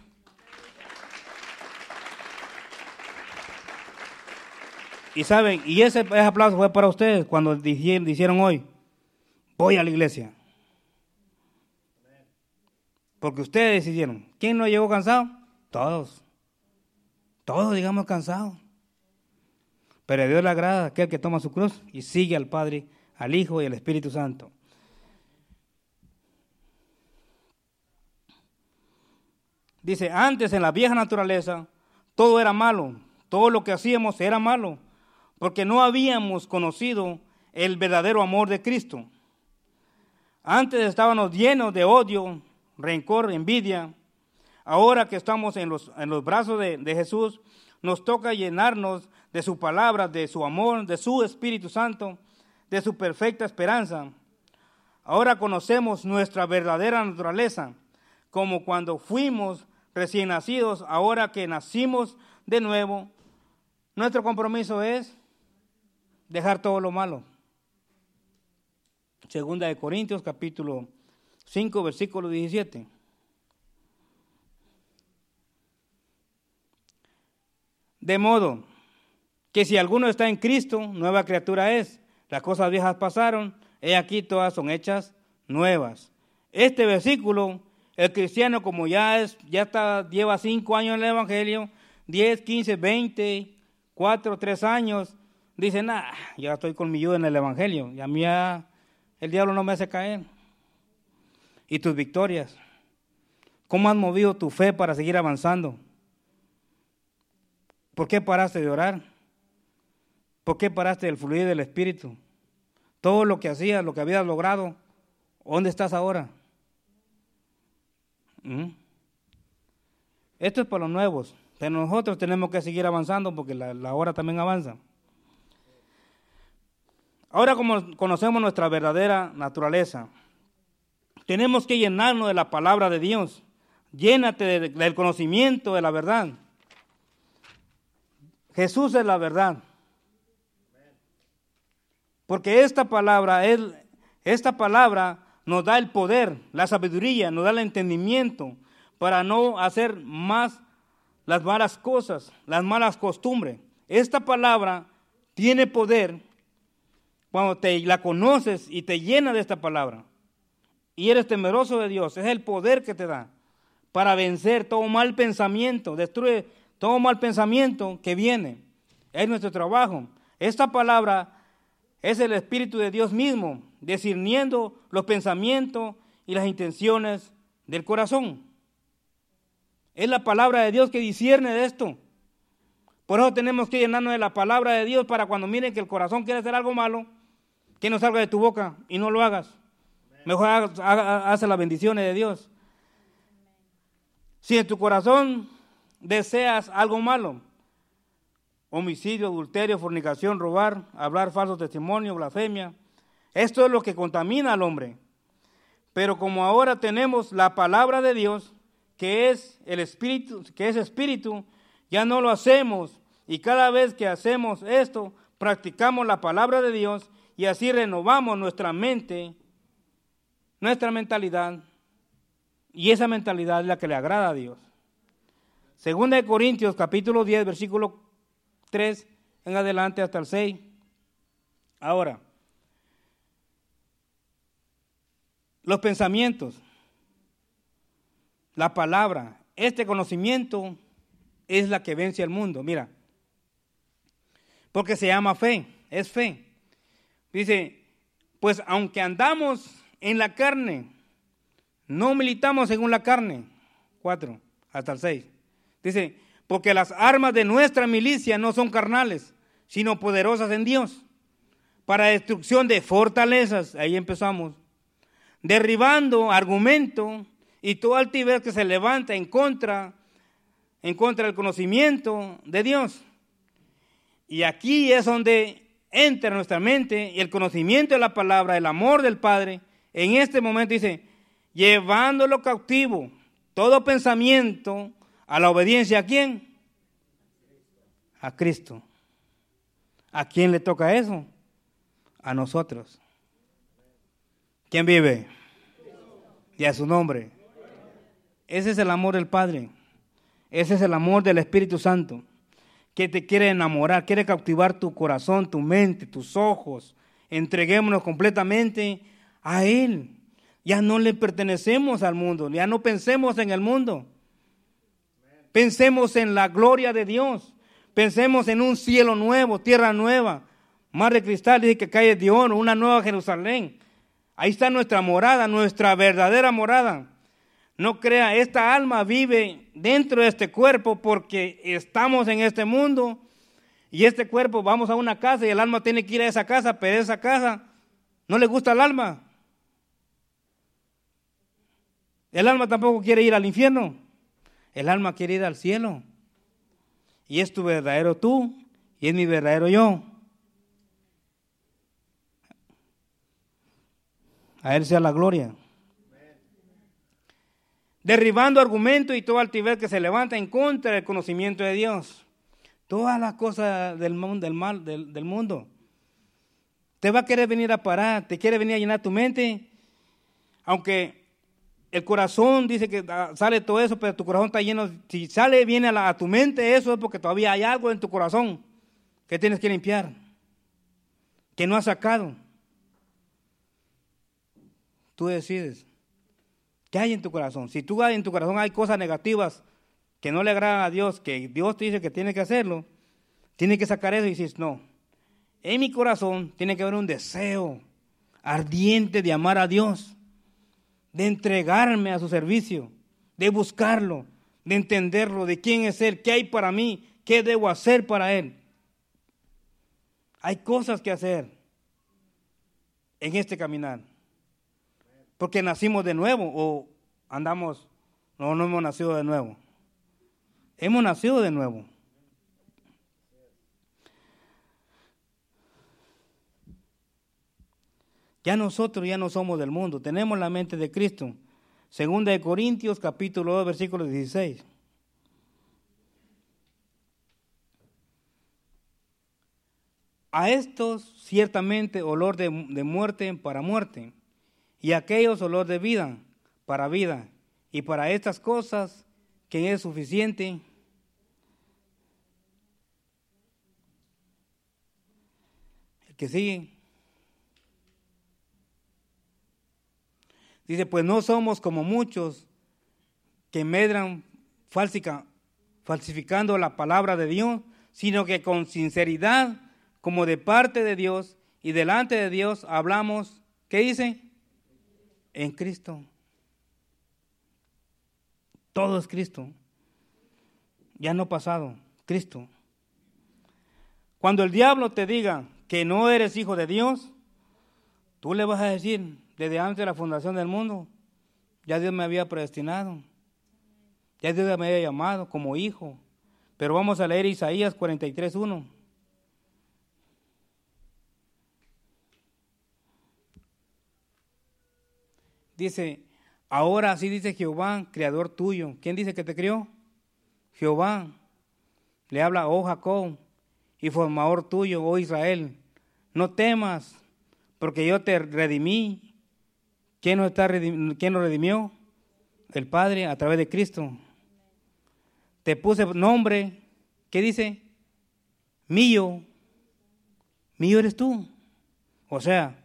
Y saben, y ese aplauso fue para ustedes cuando dijeron hoy, voy a la iglesia. Porque ustedes decidieron. ¿Quién no llegó cansado? Todos. Todos llegamos cansados. Pero a Dios le agrada aquel que toma su cruz y sigue al Padre, al Hijo y al Espíritu Santo. Dice, antes en la vieja naturaleza todo era malo, todo lo que hacíamos era malo, porque no habíamos conocido el verdadero amor de Cristo. Antes estábamos llenos de odio, rencor, envidia. Ahora que estamos en los brazos de Jesús, nos toca llenarnos de su palabra, de su amor, de su Espíritu Santo, de su perfecta esperanza. Ahora conocemos nuestra verdadera naturaleza, como cuando fuimos recién nacidos. Ahora que nacimos de nuevo, nuestro compromiso es dejar todo lo malo. Segunda de Corintios, capítulo 5, versículo 17. De modo que si alguno está en Cristo, nueva criatura es. Las cosas viejas pasaron, he aquí todas son hechas nuevas. Este versículo, el cristiano como lleva 5 años en el Evangelio, 10, 15, 20, 4, 3 años, dice, ya estoy con mi ayuda en el Evangelio, y a mí ya el diablo no me hace caer. Y tus victorias, ¿cómo has movido tu fe para seguir avanzando? ¿Por qué paraste de orar? ¿Por qué paraste del fluir del Espíritu? Todo lo que hacías, lo que habías logrado, ¿dónde estás ahora? Esto es para los nuevos, pero nosotros tenemos que seguir avanzando porque la hora también avanza. Ahora, como conocemos nuestra verdadera naturaleza, tenemos que llenarnos de la palabra de Dios. Llénate del conocimiento de la verdad. Jesús es la verdad. Porque esta palabra nos da el poder, la sabiduría, nos da el entendimiento para no hacer más las malas cosas, las malas costumbres. Esta palabra tiene poder cuando la conoces y te llena de esta palabra. Y eres temeroso de Dios, es el poder que te da para vencer todo mal pensamiento, destruye todo mal pensamiento que viene. Es nuestro trabajo. Esta palabra es el Espíritu de Dios mismo, discerniendo los pensamientos y las intenciones del corazón. Es la palabra de Dios que discierne de esto. Por eso tenemos que llenarnos de la palabra de Dios para cuando miren que el corazón quiere hacer algo malo, que no salga de tu boca y no lo hagas. Mejor haz las bendiciones de Dios. Si en tu corazón deseas algo malo, homicidio, adulterio, fornicación, robar, hablar falso testimonio, blasfemia, esto es lo que contamina al hombre. Pero como ahora tenemos la palabra de Dios, que es el Espíritu, ya no lo hacemos. Y cada vez que hacemos esto, practicamos la palabra de Dios y así renovamos nuestra mente, nuestra mentalidad. Y esa mentalidad es la que le agrada a Dios. Segunda de Corintios, capítulo 10, versículo 3 en adelante hasta el 6. Ahora, los pensamientos, la palabra, este conocimiento es la que vence al mundo. Mira, porque se llama fe, es fe. Dice, pues aunque andamos en la carne, no militamos según la carne. 4 hasta el 6. Dice, porque las armas de nuestra milicia no son carnales, sino poderosas en Dios, para destrucción de fortalezas. Ahí empezamos. Derribando argumento y toda altivez que se levanta en contra del conocimiento de Dios. Y aquí es donde entra en nuestra mente y el conocimiento de la palabra, el amor del Padre. En este momento dice, llevándolo cautivo, todo pensamiento a la obediencia. ¿A quién? A Cristo. ¿A quién le toca eso? A nosotros. ¿Quién vive? Y a su nombre. Ese es el amor del Padre. Ese es el amor del Espíritu Santo, que te quiere enamorar, quiere cautivar tu corazón, tu mente, tus ojos. Entreguémonos completamente a Él. Ya no le pertenecemos al mundo, ya no pensemos en el mundo. Pensemos en la gloria de Dios. Pensemos en un cielo nuevo, tierra nueva, mar de cristal, dice que calle de oro, una nueva Jerusalén. Ahí está nuestra morada, nuestra verdadera morada. No crea, esta alma vive dentro de este cuerpo porque estamos en este mundo y este cuerpo, vamos a una casa y el alma tiene que ir a esa casa, pero esa casa no le gusta al alma. El alma tampoco quiere ir al infierno, el alma quiere ir al cielo. Y es tu verdadero tú y es mi verdadero yo. A Él sea la gloria. Derribando argumentos y toda altivez que se levanta en contra del conocimiento de Dios. Todas las cosas del mundo, del mundo. Te va a querer venir a parar, te quiere venir a llenar tu mente. Aunque el corazón dice que sale todo eso, pero tu corazón está lleno. Si sale, viene a tu mente eso, es porque todavía hay algo en tu corazón que tienes que limpiar, que no has sacado. Tú decides. ¿Qué hay en tu corazón? Si tú en tu corazón hay cosas negativas que no le agradan a Dios, que Dios te dice que tiene que hacerlo, tienes que sacar eso y dices, no. En mi corazón tiene que haber un deseo ardiente de amar a Dios, de entregarme a su servicio, de buscarlo, de entenderlo, de quién es Él, qué hay para mí, qué debo hacer para Él. Hay cosas que hacer en este caminar. Porque nacimos de nuevo o andamos, no hemos nacido de nuevo. Hemos nacido de nuevo. Ya nosotros ya no somos del mundo, tenemos la mente de Cristo. Segunda de Corintios, capítulo 2, versículo 16. A estos ciertamente olor de muerte para muerte, y a aquellos olor de vida para vida, y para estas cosas que es suficiente. El que sigue. Dice, pues no somos como muchos que medran falsificando la palabra de Dios, sino que con sinceridad, como de parte de Dios y delante de Dios, hablamos, ¿qué dice? En Cristo. Todo es Cristo. Ya no pasado, Cristo. Cuando el diablo te diga que no eres hijo de Dios, tú le vas a decir, desde antes de la fundación del mundo, ya Dios me había predestinado. Ya Dios me había llamado como hijo. Pero vamos a leer Isaías 43:1. Dice, ahora así dice Jehová, creador tuyo. ¿Quién dice que te crió? Jehová. Le habla, oh Jacob, y formador tuyo, oh Israel. No temas, porque yo te redimí. ¿Quién nos redimió? El Padre a través de Cristo. Te puse nombre, ¿qué dice? Mío. Mío eres tú. O sea,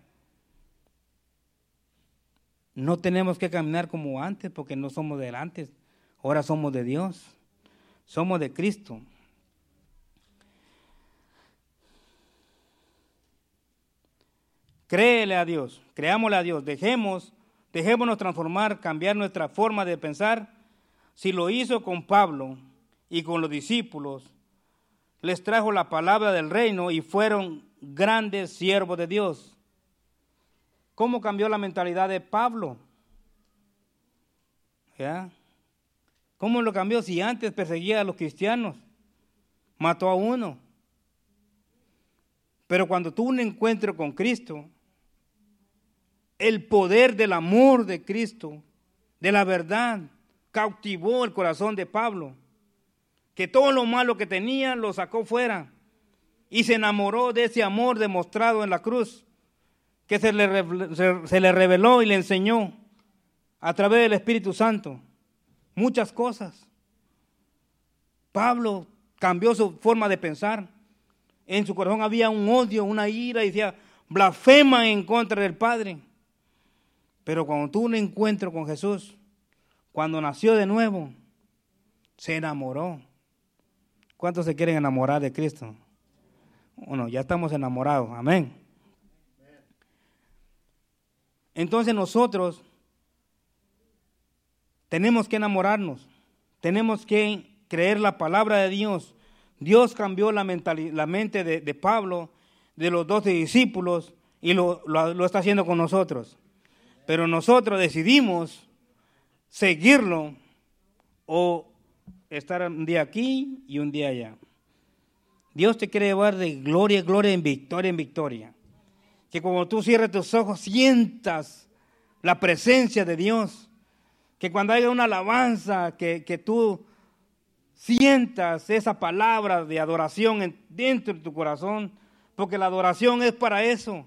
no tenemos que caminar como antes porque no somos de antes. Ahora somos de Dios. Somos de Cristo. Créele a Dios, creámosle a Dios, dejémonos transformar, cambiar nuestra forma de pensar. Si lo hizo con Pablo y con los discípulos, les trajo la palabra del reino y fueron grandes siervos de Dios. ¿Cómo cambió la mentalidad de Pablo? ¿Ya? ¿Cómo lo cambió si antes perseguía a los cristianos? Mató a uno. Pero cuando tuvo un encuentro con Cristo, el poder del amor de Cristo, de la verdad, cautivó el corazón de Pablo, que todo lo malo que tenía lo sacó fuera y se enamoró de ese amor demostrado en la cruz, que se le reveló y le enseñó a través del Espíritu Santo muchas cosas. Pablo cambió su forma de pensar. En su corazón había un odio, una ira, y decía, blasfema en contra del Padre. Pero cuando tuvo un encuentro con Jesús, cuando nació de nuevo, se enamoró. ¿Cuántos se quieren enamorar de Cristo? Bueno, ya estamos enamorados, amén. Entonces nosotros tenemos que enamorarnos, tenemos que creer la palabra de Dios. Dios cambió la mente de Pablo, de los 12 discípulos, y lo está haciendo con nosotros. Pero nosotros decidimos seguirlo o estar un día aquí y un día allá. Dios te quiere llevar de gloria en gloria, en victoria. Que cuando tú cierres tus ojos sientas la presencia de Dios. Que cuando haya una alabanza, que tú sientas esa palabra de adoración dentro de tu corazón. Porque la adoración es para eso.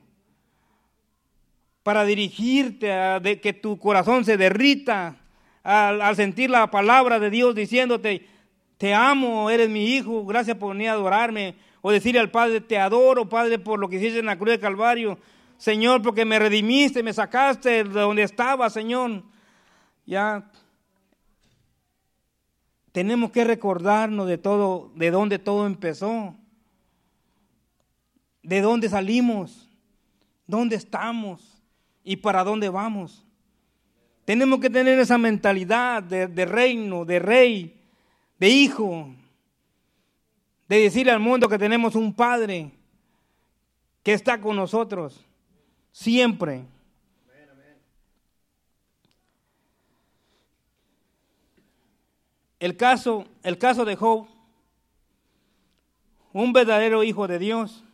Para dirigirte, de que tu corazón se derrita al sentir la palabra de Dios diciéndote, te amo, eres mi hijo, gracias por venir a adorarme. O decirle al Padre, te adoro, Padre, por lo que hiciste en la cruz de Calvario. Señor, porque me redimiste, me sacaste de donde estaba, Señor. Ya tenemos que recordarnos de todo, de dónde todo empezó. De dónde salimos, dónde estamos y para dónde vamos. Tenemos que tener esa mentalidad de reino, de rey, de hijo, de decirle al mundo que tenemos un Padre que está con nosotros siempre. El caso de Job, un verdadero hijo de Dios,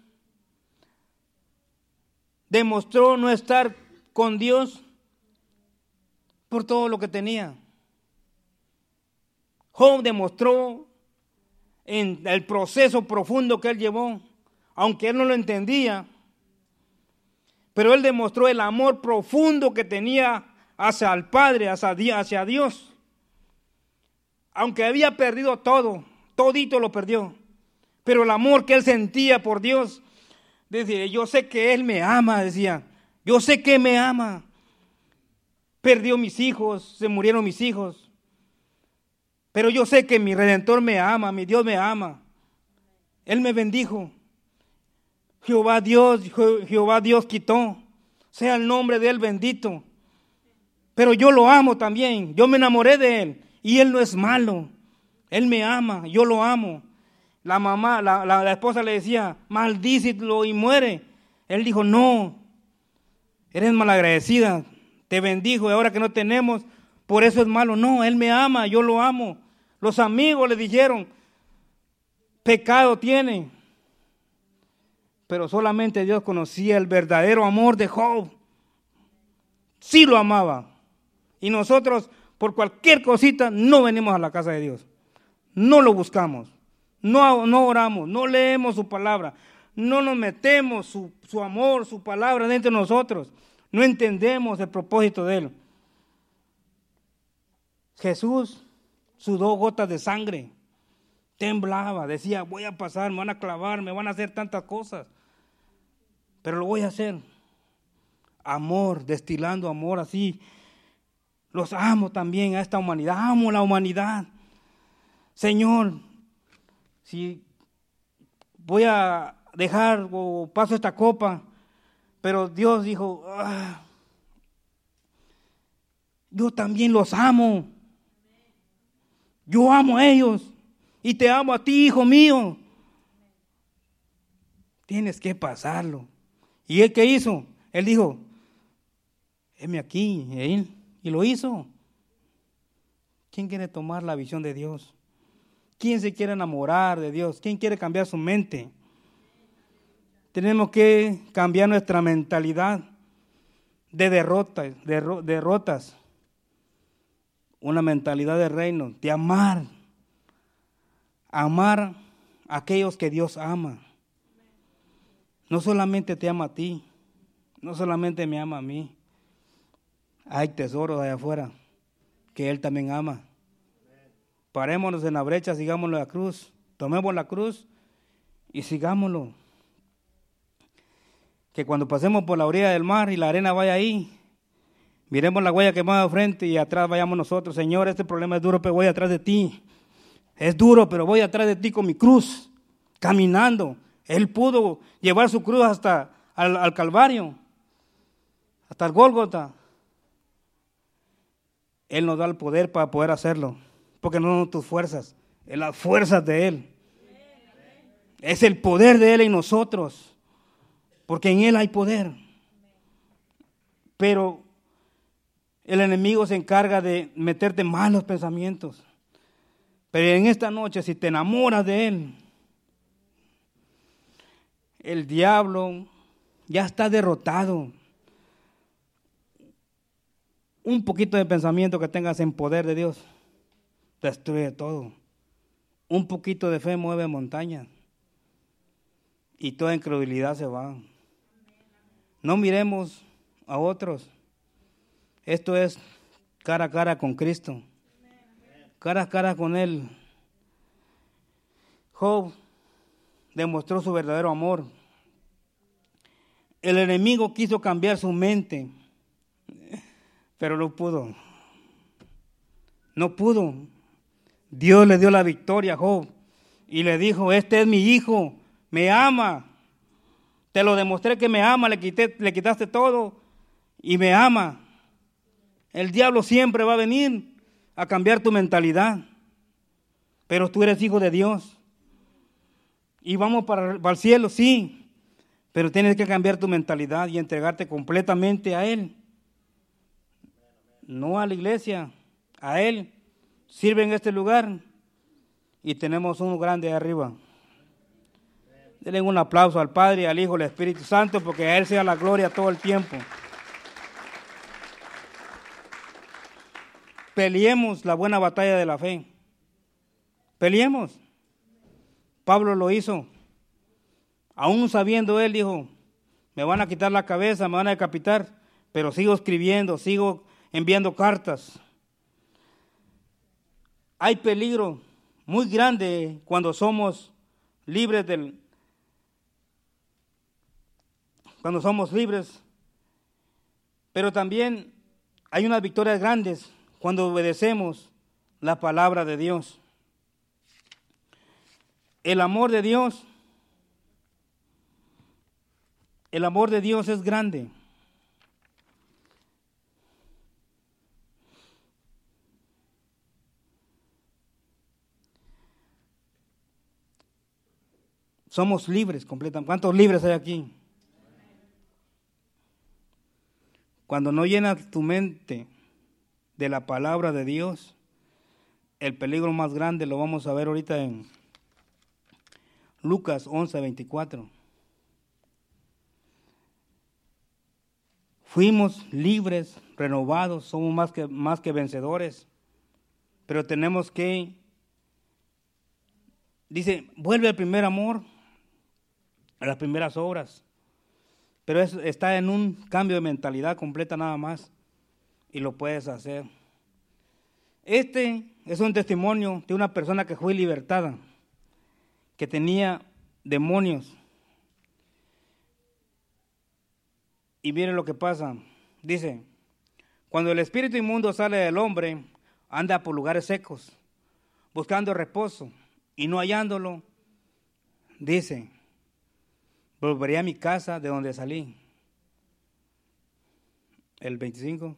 demostró no estar con Dios por todo lo que tenía. Job demostró en el proceso profundo que él llevó, aunque él no lo entendía, pero él demostró el amor profundo que tenía hacia el Padre, hacia Dios. Aunque había perdido todo, todito lo perdió, pero el amor que él sentía por Dios, decía, yo sé que Él me ama, decía, yo sé que me ama. Perdió mis hijos, se murieron mis hijos, pero yo sé que mi Redentor me ama, mi Dios me ama. Él me bendijo. Jehová Dios quitó, sea el nombre de Él bendito. Pero yo lo amo también, yo me enamoré de Él y Él no es malo. Él me ama, yo lo amo. La mamá, la esposa le decía, maldícelo y muere. Él dijo, no, eres malagradecida, te bendijo y ahora que no tenemos, por eso es malo. No, Él me ama, yo lo amo. Los amigos le dijeron, pecado tiene. Pero solamente Dios conocía el verdadero amor de Job. Sí lo amaba. Y nosotros, por cualquier cosita, no venimos a la casa de Dios. No lo buscamos. No oramos, no leemos su palabra, no nos metemos su amor, su palabra dentro de nosotros, no entendemos el propósito de Él. Jesús sudó gotas de sangre, temblaba, decía, voy a pasar, me van a clavar, me van a hacer tantas cosas, pero lo voy a hacer. Amor, destilando amor así. Los amo también a esta humanidad, amo la humanidad. Señor, si voy a dejar o paso esta copa, Pero Dios dijo, yo también los amo. Yo amo a ellos y te amo a ti, hijo mío. Tienes que pasarlo. ¿Y él qué hizo? Él dijo, heme aquí. Y lo hizo. ¿Quién quiere tomar la visión de Dios? ¿Quién se quiere enamorar de Dios? ¿Quién quiere cambiar su mente? Tenemos que cambiar nuestra mentalidad de derrotas. Una mentalidad de reino, de amar. Amar a aquellos que Dios ama. No solamente te ama a ti, no solamente me ama a mí. Hay tesoros allá afuera que Él también ama. Parémonos en la brecha, sigámoslo a la cruz. Tomemos la cruz y sigámoslo. Que cuando pasemos por la orilla del mar y la arena vaya ahí, miremos la huella que va de frente y atrás vayamos nosotros. Señor, este problema es duro, pero voy atrás de ti. Es duro, pero voy atrás de ti con mi cruz, caminando. Él pudo llevar su cruz hasta al Calvario, hasta el Gólgota. Él nos da el poder para poder hacerlo, porque no son tus fuerzas, es las fuerzas de Él. Es el poder de Él en nosotros, porque en Él hay poder. Pero el enemigo se encarga de meterte malos pensamientos. Pero en esta noche, si te enamoras de Él, el diablo ya está derrotado. Un poquito de pensamiento que tengas en poder de Dios destruye todo. Un poquito de fe mueve montañas y toda incredulidad se va. No miremos a otros. Esto es cara a cara con Cristo. Cara a cara con Él. Job demostró su verdadero amor. El enemigo quiso cambiar su mente, pero no pudo. No pudo. Dios le dio la victoria a Job y le dijo, este es mi hijo, me ama. Te lo demostré que me ama, le quitaste todo y me ama. El diablo siempre va a venir a cambiar tu mentalidad, pero tú eres hijo de Dios. Y vamos para el cielo, sí, pero tienes que cambiar tu mentalidad y entregarte completamente a Él. No a la iglesia, a Él. Sirve en este lugar y tenemos uno grande ahí arriba. Denle un aplauso al Padre, al Hijo, al Espíritu Santo, porque a Él sea la gloria todo el tiempo. Peleemos la buena batalla de la fe. Peleemos. Pablo lo hizo. Aún sabiendo él, dijo, me van a quitar la cabeza, me van a decapitar, pero sigo escribiendo, sigo enviando cartas. Hay peligro muy grande cuando somos libres cuando somos libres, pero también hay unas victorias grandes cuando obedecemos la palabra de Dios. El amor de Dios es grande. Somos libres completamente. ¿Cuántos libres hay aquí? Cuando no llenas tu mente de la palabra de Dios, el peligro más grande lo vamos a ver ahorita en Lucas 11:24. Fuimos libres, renovados, somos más que vencedores, pero tenemos que, dice, vuelve al primer amor, a las primeras obras, pero está en un cambio de mentalidad completa nada más y lo puedes hacer. Este es un testimonio de una persona que fue libertada, que tenía demonios. Y miren lo que pasa. Dice, cuando el espíritu inmundo sale del hombre, anda por lugares secos, buscando reposo, y no hallándolo, dice, volveré a mi casa de donde salí. el 25.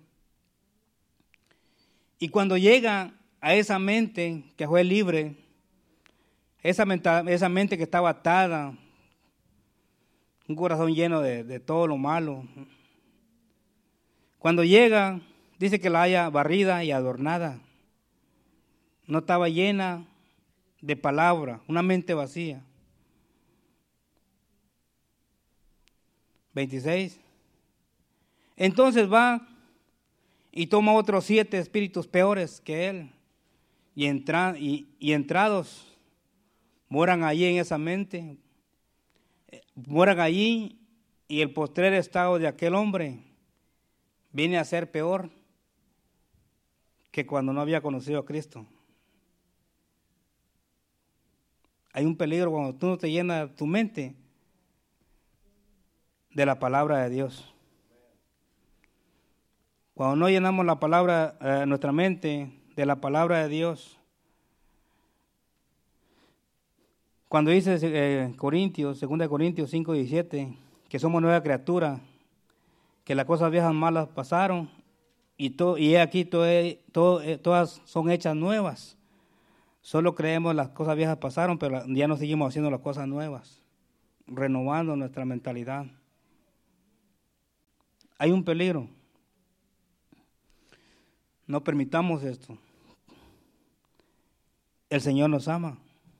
Y cuando llega a esa mente que fue libre, esa mente que estaba atada, un corazón lleno de todo lo malo, cuando llega, dice que la haya barrida y adornada. No estaba llena de palabra, una mente vacía. 26. Entonces va y toma otros 7 espíritus peores que él, y entrados moran allí en esa mente, moran allí, y el postrer estado de aquel hombre viene a ser peor que cuando no había conocido a Cristo. Hay un peligro cuando tú no te llenas tu mente de la palabra de Dios. Cuando no llenamos la palabra, nuestra mente de la palabra de Dios. Cuando dice Corintios, 2 Corintios 5, 17, que somos nueva criatura, que las cosas viejas malas pasaron, y aquí todas son hechas nuevas. Solo creemos las cosas viejas pasaron, pero ya no seguimos haciendo las cosas nuevas, renovando nuestra mentalidad. Hay un peligro. No permitamos esto. El Señor nos ama.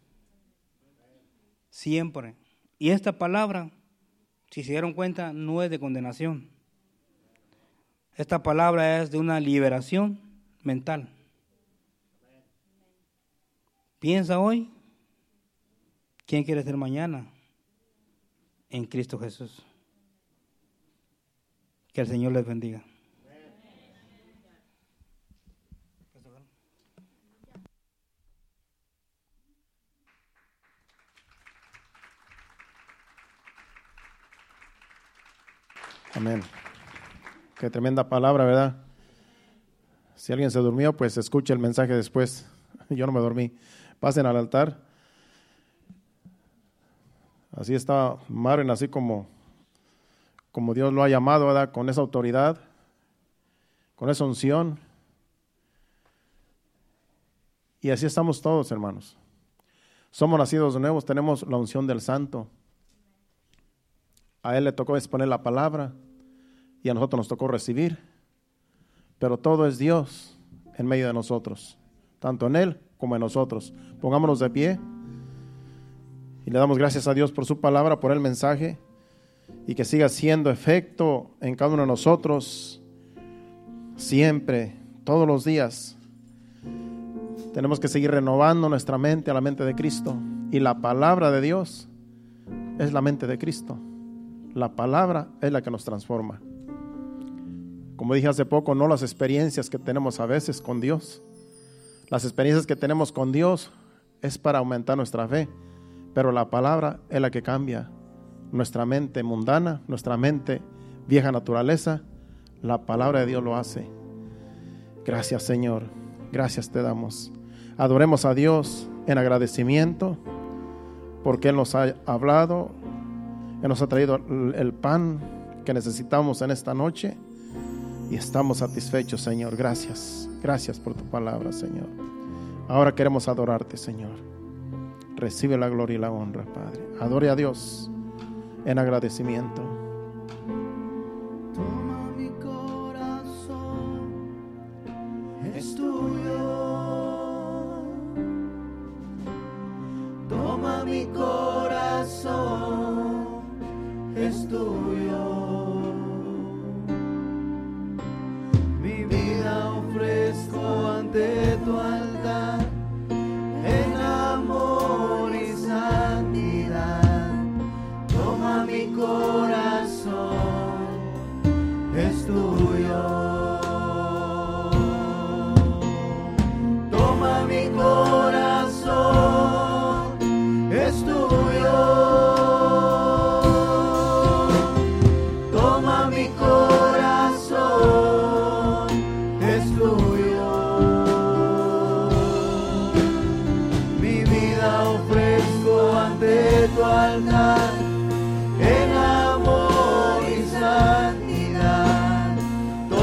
Siempre. Y esta palabra, si se dieron cuenta, no es de condenación. Esta palabra es de una liberación mental. Piensa hoy, ¿quién quiere ser mañana? En Cristo Jesús. Que el Señor les bendiga. Amén. Qué tremenda palabra, ¿verdad? Si alguien se durmió, pues escuche el mensaje después. Yo no me dormí. Pasen al altar. Así está Marvin, así como Dios lo ha llamado, ¿verdad? Con esa autoridad, con esa unción. Y así estamos todos, hermanos. Somos nacidos nuevos, tenemos la unción del Santo. A él le tocó exponer la palabra y a nosotros nos tocó recibir. Pero todo es Dios en medio de nosotros, tanto en él como en nosotros. Pongámonos de pie y le damos gracias a Dios por su palabra, por el mensaje, y que siga siendo efecto en cada uno de nosotros siempre, todos los días. Tenemos que seguir renovando nuestra mente a la mente de Cristo, y la palabra de Dios es la mente de Cristo. La palabra es la que nos transforma. Como dije hace poco, no las experiencias que tenemos a veces con Dios. Las experiencias que tenemos con Dios es para aumentar nuestra fe, pero la palabra es la que cambia nuestra mente mundana, nuestra mente vieja naturaleza. La palabra de Dios lo hace. Gracias, Señor. Gracias te damos. Adoremos a Dios en agradecimiento porque Él nos ha hablado. Él nos ha traído el pan que necesitamos en esta noche y estamos satisfechos, Señor. Gracias. Gracias por tu palabra, Señor. Ahora queremos adorarte, Señor. Recibe la gloria y la honra, Padre. Adore a Dios en agradecimiento. Toma mi corazón, es tuyo. Toma mi corazón, es tuyo. Mi vida ofrezco ante tu altar, en amor y santidad. Toma mi corazón, es tuyo. Toma mi corazón, es tuyo. Toma mi corazón, es tuyo. Mi vida ofrezco ante tu altar, en amor y santidad.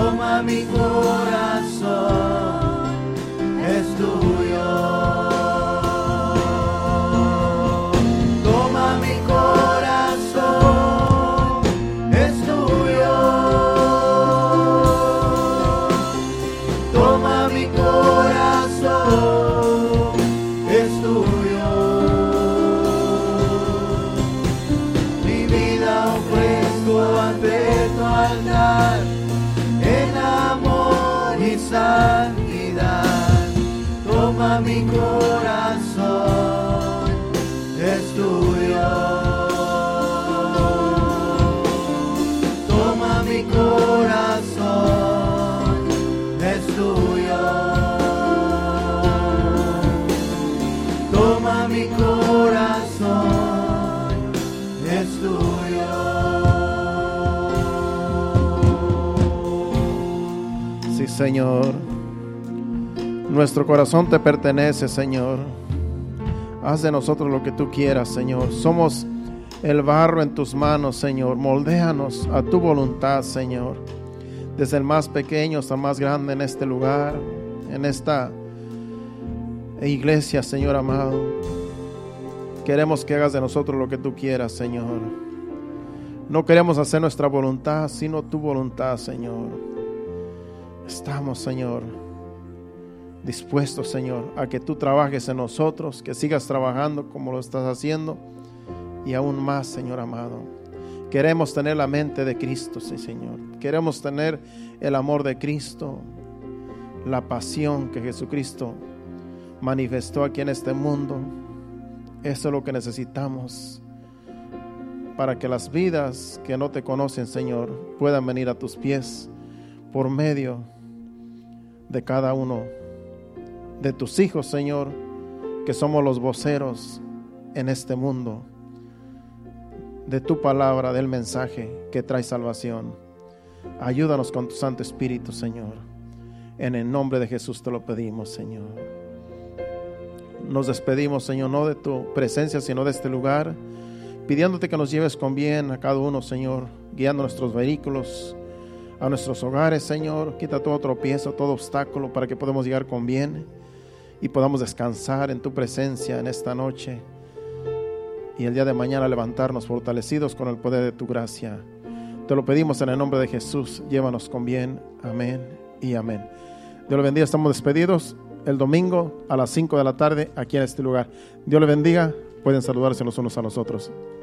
Señor. Nuestro corazón te pertenece, Señor. Haz de nosotros lo que tú quieras, Señor. Somos el barro en tus manos, Señor. Moldéanos a tu voluntad, Señor. Desde el más pequeño hasta el más grande en este lugar, en esta iglesia, Señor amado. Queremos que hagas de nosotros lo que tú quieras, Señor. No queremos hacer nuestra voluntad, sino tu voluntad, Señor. Estamos, Señor, dispuestos, Señor, a que tú trabajes en nosotros, que sigas trabajando como lo estás haciendo y aún más, Señor amado. Queremos tener la mente de Cristo, sí, Señor. Queremos tener el amor de Cristo, la pasión que Jesucristo manifestó aquí en este mundo. Eso es lo que necesitamos para que las vidas que no te conocen, Señor, puedan venir a tus pies por medio de cada uno de tus hijos, Señor, que somos los voceros en este mundo de tu palabra, del mensaje que trae salvación. Ayúdanos con tu Santo Espíritu, Señor. En el nombre de Jesús te lo pedimos, Señor. Nos despedimos, Señor, no de tu presencia, sino de este lugar, pidiéndote que nos lleves con bien a cada uno, Señor, guiando nuestros vehículos a nuestros hogares, Señor. Quita todo tropiezo, todo obstáculo para que podamos llegar con bien y podamos descansar en tu presencia en esta noche y el día de mañana levantarnos fortalecidos con el poder de tu gracia. Te lo pedimos en el nombre de Jesús. Llévanos con bien. Amén y amén. Dios le bendiga. Estamos despedidos el domingo a las 5 de la tarde aquí en este lugar. Dios le bendiga. Pueden saludarse los unos a los otros.